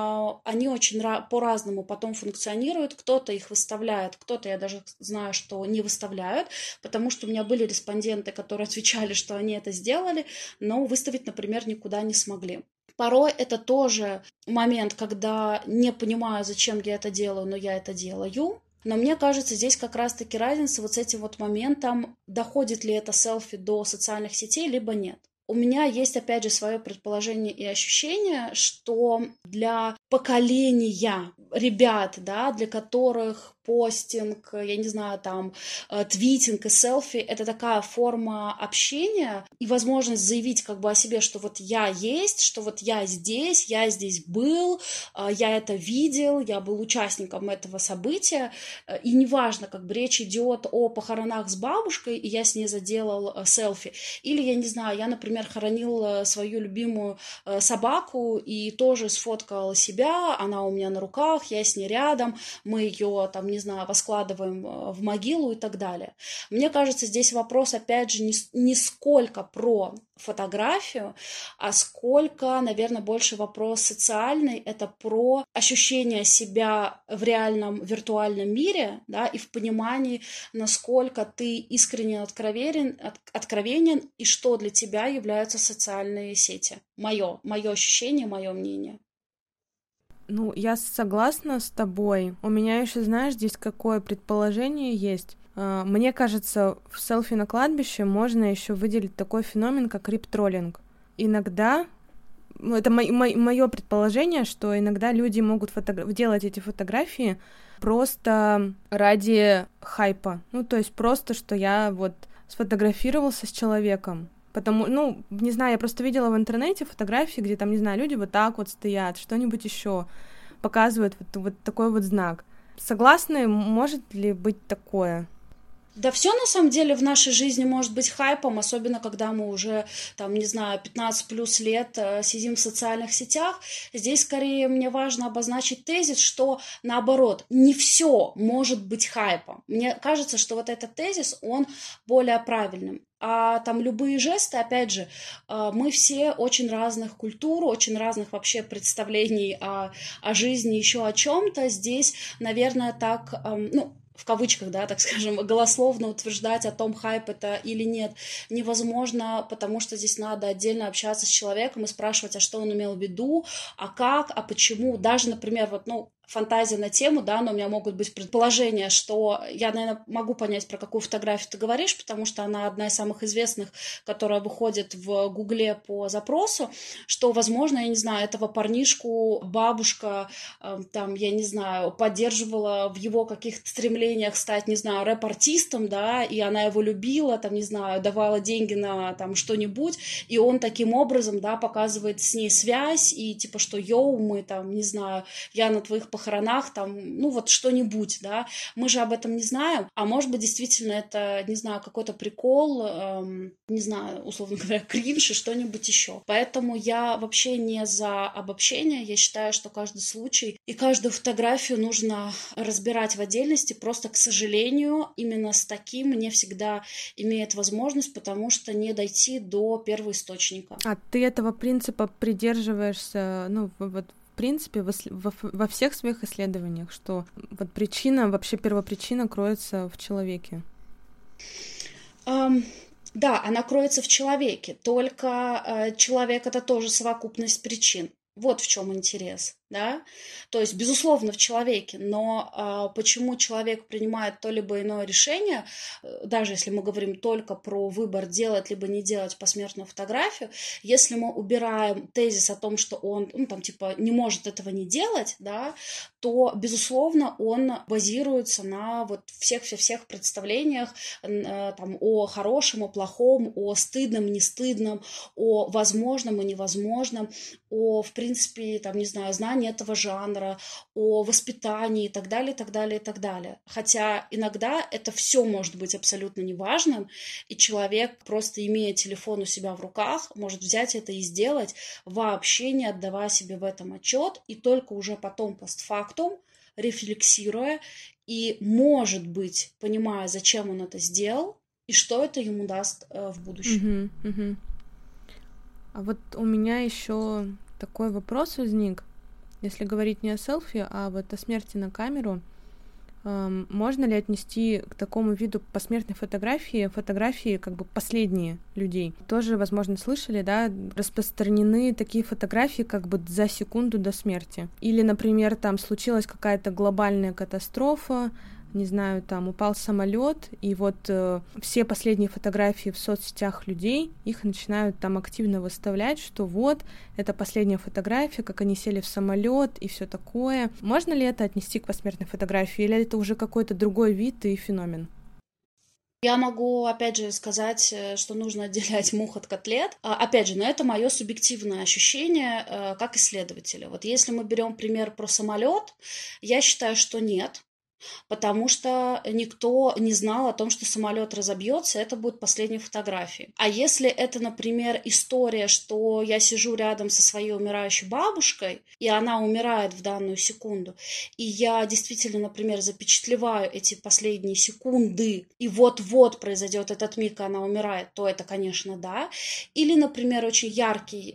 они очень по-разному потом функционируют, кто-то их выставляет, кто-то, я даже знаю, что не выставляют, потому что у меня были респонденты, которые отвечали, что они это сделали, но выставить, например, никуда не смогли. Порой это тоже момент, когда не понимаю, зачем я это делаю, но я это делаю. Но мне кажется, здесь как раз-таки разница вот с этим вот моментом, доходит ли это селфи до социальных сетей, либо нет. У меня есть, опять же, свое предположение и ощущение, что для поколения ребят, да, для которых постинг, я не знаю, там, твитинг и селфи — это такая форма общения и возможность заявить как бы о себе, что вот я есть, что вот я здесь был, я это видел, я был участником этого события, и неважно, как бы речь идет о похоронах с бабушкой, и я с ней заделал селфи, или, я не знаю, я, например, хоронил свою любимую собаку и тоже сфоткал себя, она у меня на руках, я с ней рядом, мы ее, там, не знаю, воскладываем в могилу и так далее. Мне кажется, здесь вопрос, опять же, не сколько про фотографию, а сколько, наверное, больше вопрос социальный, это про ощущение себя в реальном виртуальном мире, да, и в понимании, насколько ты искренне откровенен и что для тебя являются социальные сети. Мое ощущение, мое мнение. Ну, я согласна с тобой. У меня еще, знаешь, здесь какое предположение есть. Мне кажется, в селфи на кладбище можно еще выделить такой феномен, как рип-троллинг. Иногда, это мое предположение, что иногда люди могут делать эти фотографии просто ради хайпа. Ну, то есть просто, что я вот сфотографировался с человеком. Потому, ну, не знаю, я просто видела в интернете фотографии, где там, не знаю, люди вот так вот стоят, что-нибудь еще показывают вот такой вот знак. Согласны, может ли быть такое? Да все на самом деле в нашей жизни может быть хайпом, особенно когда мы уже, там, не знаю, 15 плюс лет сидим в социальных сетях. Здесь скорее мне важно обозначить тезис, что наоборот, не все может быть хайпом. Мне кажется, что вот этот тезис, он более правильным. А там любые жесты, опять же, мы все очень разных культур, очень разных вообще представлений о жизни, еще о чем-то. Здесь, наверное, так, в кавычках, да, так скажем, голословно утверждать о том, хайп это или нет, невозможно, потому что здесь надо отдельно общаться с человеком и спрашивать, а что он имел в виду, а как, а почему. Даже, например, вот, фантазия на тему, да, но у меня могут быть предположения, что я, наверное, могу понять, про какую фотографию ты говоришь, потому что она одна из самых известных, которая выходит в Гугле по запросу, что, возможно, я не знаю, этого парнишку бабушка, там, я не знаю, поддерживала в его каких-то стремлениях стать, не знаю, рэп-артистом, да, и она его любила, там, не знаю, давала деньги на там что-нибудь, и он таким образом, да, показывает с ней связь, и типа, что йоу, мы там, не знаю, я на твоих похоронах, там, вот что-нибудь, да, мы же об этом не знаем, а может быть, действительно, это, не знаю, какой-то прикол, не знаю, условно говоря, кринж и что-нибудь еще. Поэтому я вообще не за обобщение, я считаю, что каждый случай и каждую фотографию нужно разбирать в отдельности, просто, к сожалению, именно с таким не всегда имеет возможность, потому что не дойти до первоисточника. А ты этого принципа придерживаешься, вот в принципе, во всех своих исследованиях, что вот причина, вообще первопричина кроется в человеке? Да, она кроется в человеке, только человек — это тоже совокупность причин. Вот в чем интерес, да? То есть, безусловно, в человеке, но почему человек принимает то либо иное решение, даже если мы говорим только про выбор делать либо не делать посмертную фотографию, если мы убираем тезис о том, что он, не может этого не делать, да, то, безусловно, он базируется на вот всех представлениях там, о хорошем, о плохом, о стыдном, не стыдном, о возможном и невозможном, о, в принципе, там, не знаю, знании этого жанра, о воспитании и так далее, и так далее, и так далее. Хотя иногда это все может быть абсолютно неважным, и человек, просто имея телефон у себя в руках, может взять это и сделать, вообще не отдавая себе в этом отчет, и только уже потом постфактум, рефлексируя и, может быть, понимая, зачем он это сделал и что это ему даст в будущем. А вот у меня еще такой вопрос возник. Если говорить не о селфи, а вот о смерти на камеру, можно ли отнести к такому виду посмертной фотографии как бы последние людей? Тоже, возможно, слышали, да, распространены такие фотографии как бы за секунду до смерти. Или, например, там случилась какая-то глобальная катастрофа, не знаю, там упал самолет, и вот все последние фотографии в соцсетях людей, их начинают там активно выставлять, что вот, это последняя фотография, как они сели в самолет и все такое. Можно ли это отнести к посмертной фотографии, или это уже какой-то другой вид и феномен? Я могу, опять же, сказать, что нужно отделять мух от котлет. Опять же, но это мое субъективное ощущение как исследователя. Вот если мы берем пример про самолет, я считаю, что нет. Потому что никто не знал о том, что самолет разобьется, это будут последние фотографии. А если это, например, история, что я сижу рядом со своей умирающей бабушкой, и она умирает в данную секунду, и я действительно, например, запечатлеваю эти последние секунды, и вот-вот произойдет этот миг, и она умирает, то это, конечно, да. Или, например, очень яркий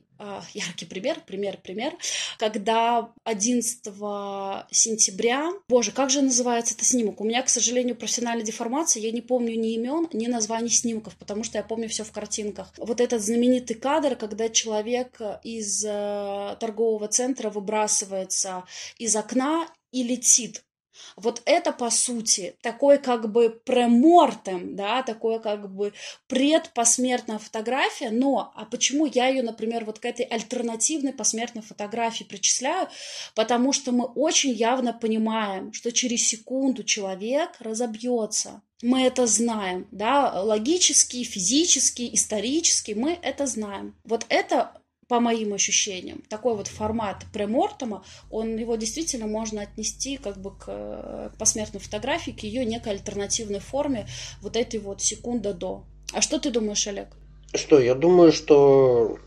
пример, когда 11 сентября, боже, как же называется этот снимок? У меня, к сожалению, профессиональная деформация, я не помню ни имен, ни названий снимков, потому что я помню все в картинках. Вот этот знаменитый кадр, когда человек из торгового центра выбрасывается из окна и летит. Вот это, по сути, такой как бы премортем, да, такое как бы предпосмертная фотография, но, а почему я ее, например, вот к этой альтернативной посмертной фотографии причисляю? Потому что мы очень явно понимаем, что через секунду человек разобьется. Мы это знаем, да, логически, физически, исторически, мы это знаем. Вот это, по моим ощущениям, такой вот формат премортема, его действительно можно отнести как бы к посмертной фотографии, к ее некой альтернативной форме вот этой вот секунда до. А что ты думаешь, Олег? Я думаю, что,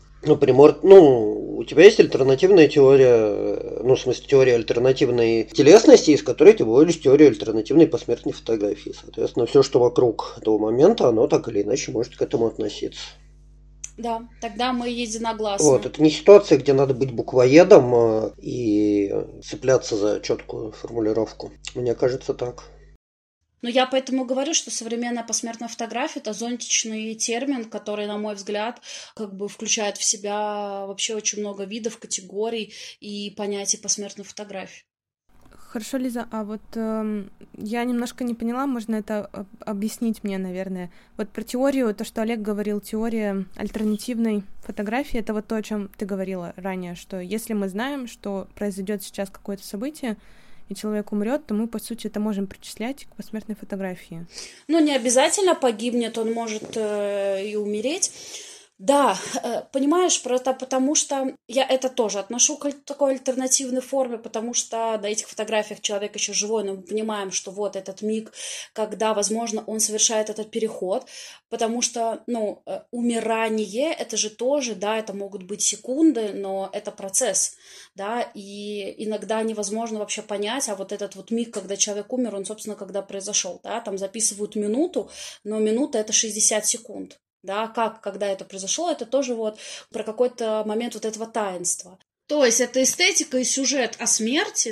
у тебя есть альтернативная теория, в смысле теория альтернативной телесности, из которой ты выводишь теорию альтернативной посмертной фотографии. Соответственно, все, что вокруг этого момента, оно так или иначе может к этому относиться. Да, тогда мы единогласны. Вот, это не ситуация, где надо быть буквоедом и цепляться за четкую формулировку. Мне кажется, так. Но я поэтому говорю, что современная посмертная фотография — это зонтичный термин, который, на мой взгляд, как бы включает в себя вообще очень много видов, категорий и понятий посмертной фотографии. Хорошо, Лиза, а вот я немножко не поняла, можно это объяснить мне, наверное. Вот про теорию, то, что Олег говорил, теория альтернативной фотографии, это вот то, о чем ты говорила ранее, что если мы знаем, что произойдет сейчас какое-то событие, и человек умрет, то мы, по сути, это можем причислять к посмертной фотографии. Ну, не обязательно погибнет, он может и умереть. Да, понимаешь, потому что я это тоже отношу к такой альтернативной форме, потому что на этих фотографиях человек еще живой, но мы понимаем, что вот этот миг, когда, возможно, он совершает этот переход, потому что, умирание, это же тоже, да, это могут быть секунды, но это процесс, да, и иногда невозможно вообще понять, а вот этот вот миг, когда человек умер, он, собственно, когда произошел, да, там записывают минуту, но минута — это 60 секунд. Да, когда это произошло, это тоже вот про какой-то момент вот этого таинства. То есть это эстетика и сюжет о смерти,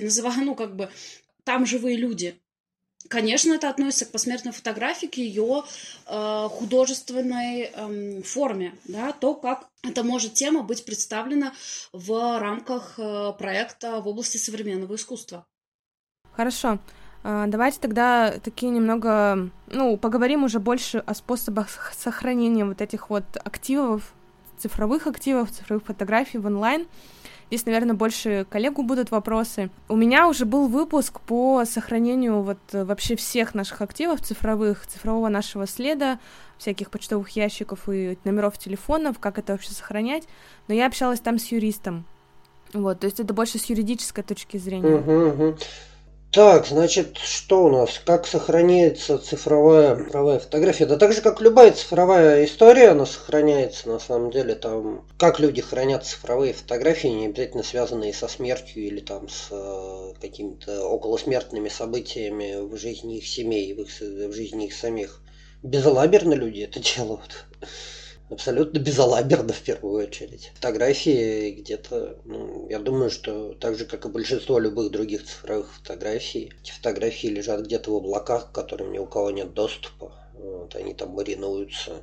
там живые люди. Конечно, это относится к посмертной фотографии, к ее художественной форме, да, то, как эта может тема быть представлена в рамках проекта в области современного искусства. Хорошо. Давайте тогда такие немного, поговорим уже больше о способах сохранения вот этих вот активов, цифровых фотографий в онлайн. Здесь, наверное, больше к Олегу будут вопросы. У меня уже был выпуск по сохранению вот вообще всех наших активов цифрового нашего следа, всяких почтовых ящиков и номеров телефонов, как это вообще сохранять. Но я общалась там с юристом. Вот, то есть это больше с юридической точки зрения. Так, значит, что у нас? Как сохраняется цифровая фотография? Да так же, как любая цифровая история, она сохраняется на самом деле. Там, как люди хранят цифровые фотографии, не обязательно связанные со смертью или там с какими-то околосмертными событиями в жизни их семей, в жизни их самих. Безалаберно люди это делают. Абсолютно безалаберно в первую очередь. Фотографии где-то, я думаю, что так же, как и большинство любых других цифровых фотографий, эти фотографии лежат где-то в облаках, к которым ни у кого нет доступа. Вот, они там маринуются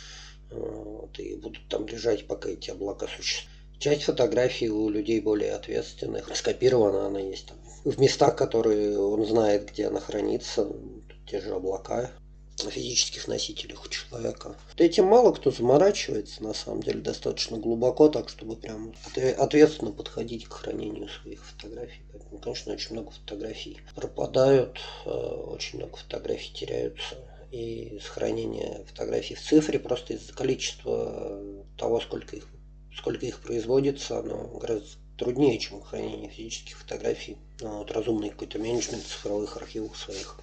и будут там лежать, пока эти облака существуют. Часть фотографий у людей более ответственных скопирована, она есть там в местах, которые он знает, где она хранится, те же облака. Физических носителях у человека. Этим мало кто заморачивается, на самом деле, достаточно глубоко, так чтобы прям ответственно подходить к хранению своих фотографий. Поэтому, конечно, очень много фотографий пропадают, очень много фотографий теряются. И сохранение фотографий в цифре просто из-за количества того, сколько их производится, оно гораздо труднее, чем хранение физических фотографий. Разумный какой-то менеджмент цифровых архивов своих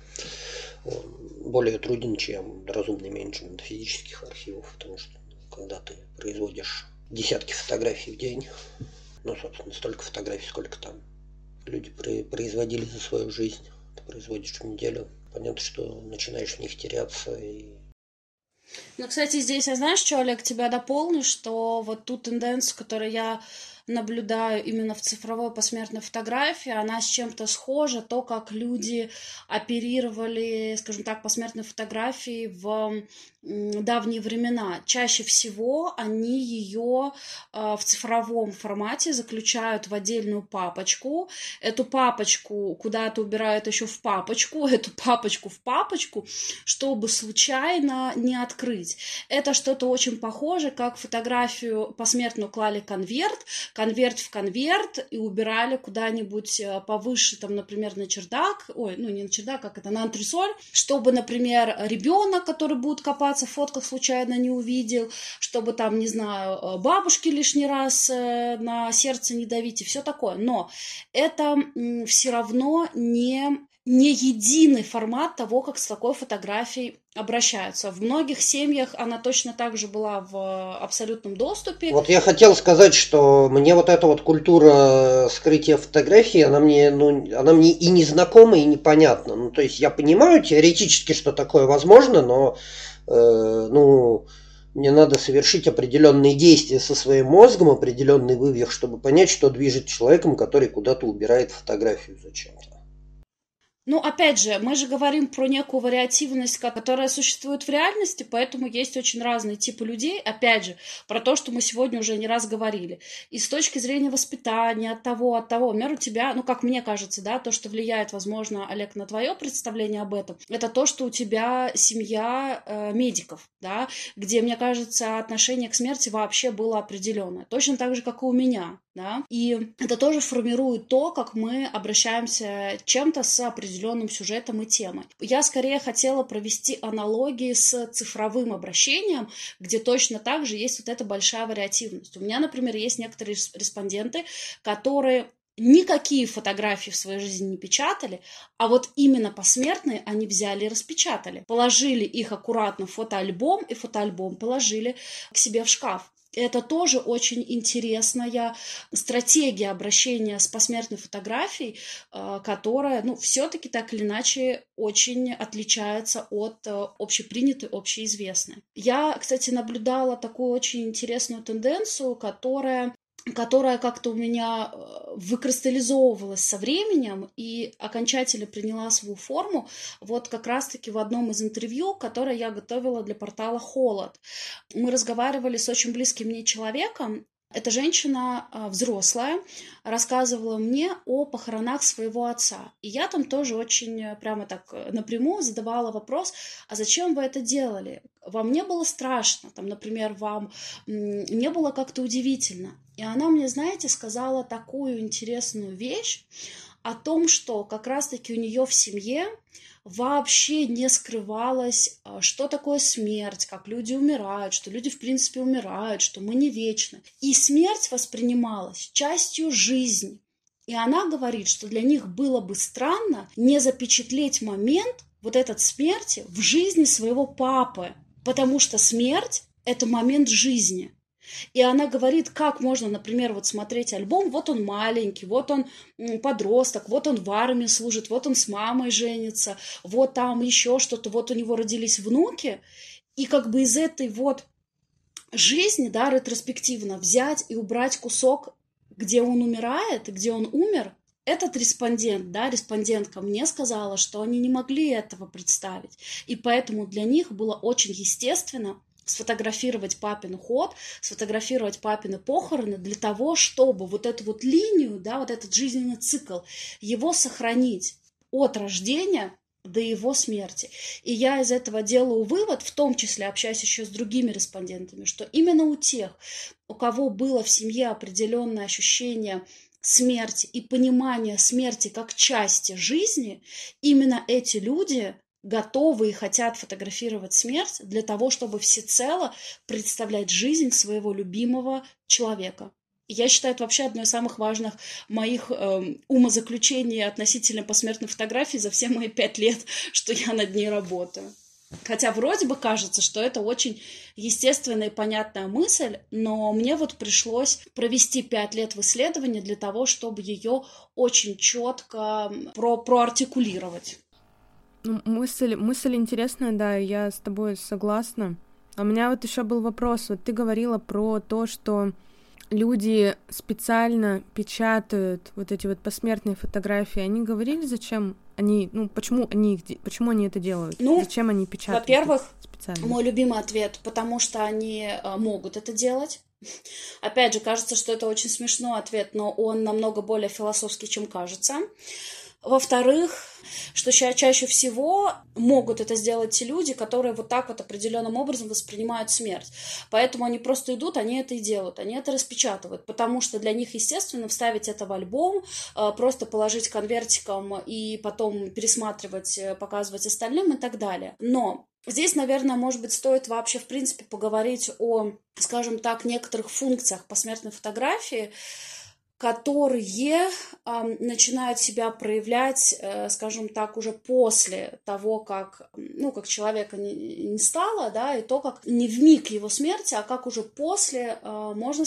более труден, чем разумный менеджмент физических архивов, потому что когда ты производишь десятки фотографий в день, собственно, столько фотографий, сколько там люди производили за свою жизнь, ты производишь в неделю, понятно, что начинаешь в них теряться. Кстати, здесь, знаешь, что, Олег, тебя дополню, что вот ту тенденцию, которую я наблюдаю именно в цифровой посмертной фотографии, она с чем-то схожа, то, как люди оперировали, скажем так, посмертной фотографией в давние времена. Чаще всего они ее в цифровом формате заключают в отдельную папочку. Эту папочку куда-то убирают еще в папочку, эту папочку в папочку, чтобы случайно не открыть. Это что-то очень похоже, как фотографию посмертную клали конверт в конверт и убирали куда-нибудь повыше, там, например, на чердак, не на чердак, на антресоль, чтобы, например, ребенок, который будет копаться в фотках, случайно не увидел, чтобы там, не знаю, бабушки лишний раз на сердце не давить и все такое. Но это все равно не единый формат того, как с такой фотографией обращаются. В многих семьях она точно так же была в абсолютном доступе. Вот я хотел сказать, что мне вот эта вот культура скрытия фотографий, она мне и не знакома, и непонятна. То есть я понимаю теоретически, что такое возможно, но мне надо совершить определенные действия со своим мозгом, определенный вывих, чтобы понять, что движет человеком, который куда-то убирает фотографию зачем-то. Ну, опять же, мы же говорим про некую вариативность, которая существует в реальности, поэтому есть очень разные типы людей. Опять же, про то, что мы сегодня уже не раз говорили. И с точки зрения воспитания, от того, например, у тебя, ну, как мне кажется, да, то, что влияет, возможно, Олег, на твое представление об этом, это то, что у тебя семья медиков, да, где, мне кажется, отношение к смерти вообще было определенное. Точно так же, как и у меня, да. И это тоже формирует то, как мы обращаемся чем-то с определенным сюжетом и темой. Я скорее хотела провести аналогии с цифровым обращением, где точно так же есть вот эта большая вариативность. У меня, например, есть некоторые респонденты, которые никакие фотографии в своей жизни не печатали, а вот именно посмертные они взяли и распечатали. Положили их аккуратно в фотоальбом, и фотоальбом положили к себе в шкаф. Это тоже очень интересная стратегия обращения с посмертной фотографией, которая, ну, все-таки так или иначе очень отличается от общепринятой, общеизвестной. Я, кстати, наблюдала такую очень интересную тенденцию, которая как-то у меня выкристаллизовывалась со временем и окончательно приняла свою форму вот как раз-таки в одном из интервью, которое я готовила для портала «Холод». Мы разговаривали с очень близким мне человеком. Эта женщина взрослая рассказывала мне о похоронах своего отца. И я там тоже очень прямо так напрямую задавала вопрос, а зачем вы это делали? Вам не было страшно? Там, например, вам не было как-то удивительно? И она мне, знаете, сказала такую интересную вещь о том, что как раз-таки у нее в семье вообще не скрывалось, что такое смерть, как люди умирают, что люди в принципе умирают, что мы не вечны. И смерть воспринималась частью жизни. И она говорит, что для них было бы странно не запечатлеть момент вот этот смерти в жизни своего папы, потому что смерть – это момент жизни. И она говорит, как можно, например, вот смотреть альбом, вот он маленький, вот он подросток, вот он в армии служит, вот он с мамой женится, вот там еще что-то, вот у него родились внуки, и как бы из этой вот жизни, да, ретроспективно взять и убрать кусок, где он умирает и где он умер. Этот респондент, да, респондентка мне сказала, что они не могли этого представить, и поэтому для них было очень естественно сфотографировать папин уход, сфотографировать папины похороны для того, чтобы вот эту вот линию, да, вот этот жизненный цикл, его сохранить от рождения до его смерти. И я из этого делаю вывод, в том числе общаясь еще с другими респондентами, что именно у тех, у кого было в семье определенное ощущение смерти и понимание смерти как части жизни, именно эти люди готовы и хотят фотографировать смерть для того, чтобы всецело представлять жизнь своего любимого человека. И я считаю, это вообще одно из самых важных моих умозаключений относительно посмертной фотографии за все мои 5 лет, что я над ней работаю. Хотя вроде бы кажется, что это очень естественная и понятная мысль, но мне вот пришлось провести 5 лет в исследовании для того, чтобы ее очень четко проартикулировать. Мысль интересная, да, я с тобой согласна. А у меня вот еще был вопрос. Вот ты говорила про то, что люди специально печатают вот эти вот посмертные фотографии. Они говорили, зачем они, почему они это делают? Зачем они печатают? Во-первых, специально? Мой любимый ответ, потому что они могут это делать. Опять же, кажется, что это очень смешной ответ, но он намного более философский, чем кажется. Во-вторых, что чаще всего могут это сделать те люди, которые вот так вот определенным образом воспринимают смерть. Поэтому они просто идут, они это и делают, они это распечатывают, потому что для них, естественно, вставить это в альбом, просто положить конвертиком и потом пересматривать, показывать остальным и так далее. Но здесь, наверное, может быть, стоит вообще, в принципе, поговорить о, скажем так, некоторых функциях посмертной фотографии, которые начинают себя проявлять, скажем так, уже после того, как человека не стало, да, и то, как не вмиг его смерти, а как уже после можно с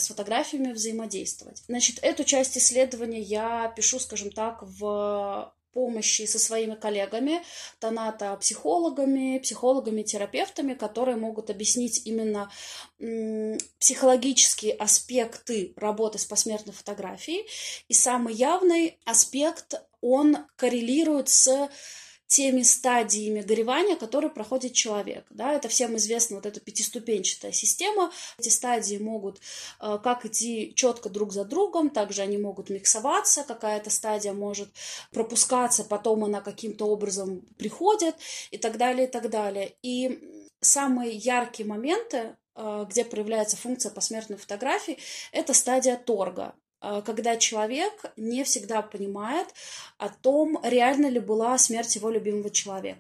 фотографиями взаимодействовать. Значит, эту часть исследования я пишу, скажем так, в помощи со своими коллегами, тонато-психологами, психологами-терапевтами, которые могут объяснить именно психологические аспекты работы с посмертной фотографией. И самый явный аспект, он коррелирует с теми стадиями горевания, которые проходит человек. Да, это всем известна вот эта пятиступенчатая система. Эти стадии могут как идти четко друг за другом, также они могут миксоваться, какая-то стадия может пропускаться, потом она каким-то образом приходит и так далее, и так далее. И самые яркие моменты, где проявляется функция посмертной фотографии, это стадия торга, когда человек не всегда понимает о том, реально ли была смерть его любимого человека.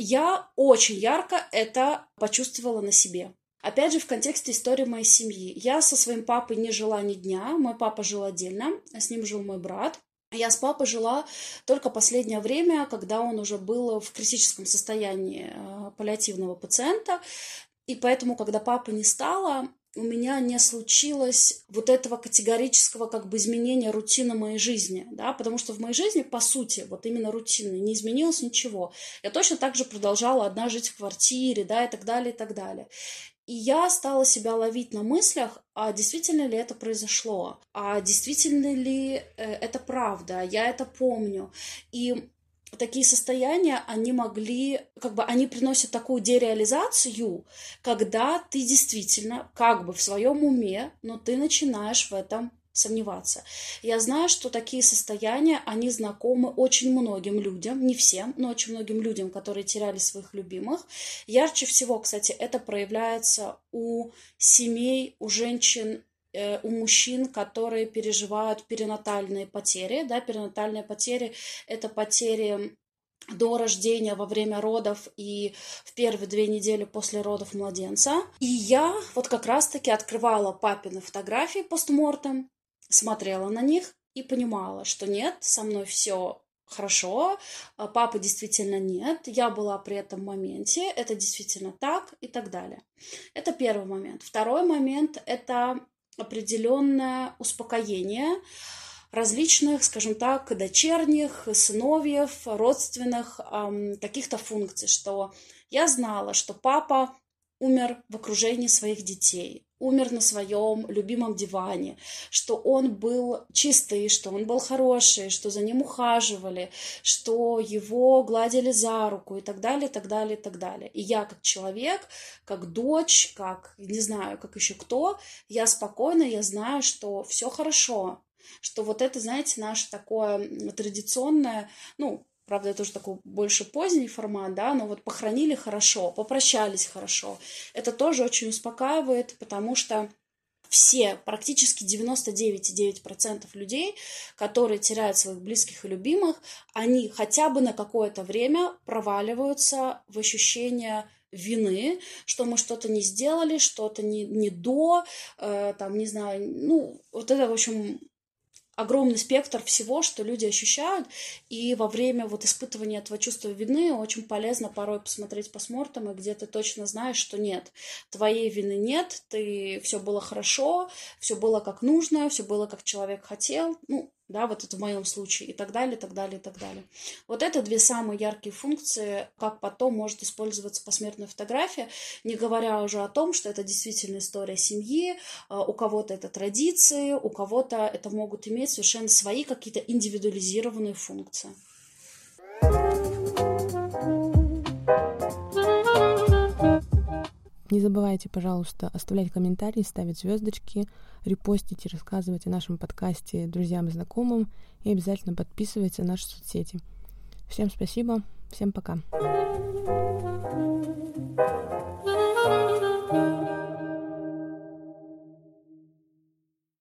Я очень ярко это почувствовала на себе. Опять же, в контексте истории моей семьи. Я со своим папой не жила ни дня, мой папа жил отдельно, с ним жил мой брат. Я с папой жила только последнее время, когда он уже был в критическом состоянии паллиативного пациента. И поэтому, когда папы не стало, у меня не случилось вот этого категорического как бы изменения рутины моей жизни, да, потому что в моей жизни, по сути, вот именно рутины, не изменилось ничего. Я точно так же продолжала одна жить в квартире, да, и так далее, и так далее. И я стала себя ловить на мыслях, а действительно ли это произошло, а действительно ли это правда, я это помню. И такие состояния, они могли, как бы, они приносят такую дереализацию, когда ты действительно, как бы в своем уме, но ты начинаешь в этом сомневаться. Я знаю, что такие состояния, они знакомы очень многим людям, не всем, но очень многим людям, которые теряли своих любимых. Ярче всего, кстати, это проявляется у семей, у женщин, у мужчин, которые переживают перинатальные потери. Да, перинатальные потери – это потери до рождения, во время родов и в первые 2 недели после родов младенца. И я вот как раз-таки открывала папины фотографии постмортем, смотрела на них и понимала, что нет, со мной все хорошо, папы действительно нет, я была при этом моменте, это действительно так и так далее. Это первый момент. Второй момент – это определенное успокоение различных, скажем так, дочерних, сыновьев, родственных каких-то функций, что я знала, что папа умер в окружении своих детей, умер на своем любимом диване, что он был чистый, что он был хороший, что за ним ухаживали, что его гладили за руку и так далее, и так далее, и так далее. И я как человек, как дочь, как, не знаю, как еще кто, я спокойна, я знаю, что все хорошо, что вот это, знаете, наше такое традиционное, правда, это уже такой больше поздний формат, да, но вот похоронили хорошо, попрощались хорошо. Это тоже очень успокаивает, потому что все, практически 99,9% людей, которые теряют своих близких и любимых, они хотя бы на какое-то время проваливаются в ощущение вины, что мы что-то не сделали, что-то не до, не знаю, вот это, в общем, огромный спектр всего, что люди ощущают, и во время вот испытывания этого чувства вины очень полезно порой посмотреть постмортем, где ты точно знаешь, что нет, твоей вины нет, все было хорошо, все было как нужно, все было как человек хотел, да, вот это в моем случае, и так далее, и так далее, и так далее. Вот это 2 самые яркие функции, как потом может использоваться посмертная фотография, не говоря уже о том, что это действительно история семьи, у кого-то это традиции, у кого-то это могут иметь совершенно свои какие-то индивидуализированные функции. Не забывайте, пожалуйста, оставлять комментарии, ставить звездочки, репостить и рассказывать о нашем подкасте друзьям и знакомым, и обязательно подписывайтесь на наши соцсети. Всем спасибо, всем пока.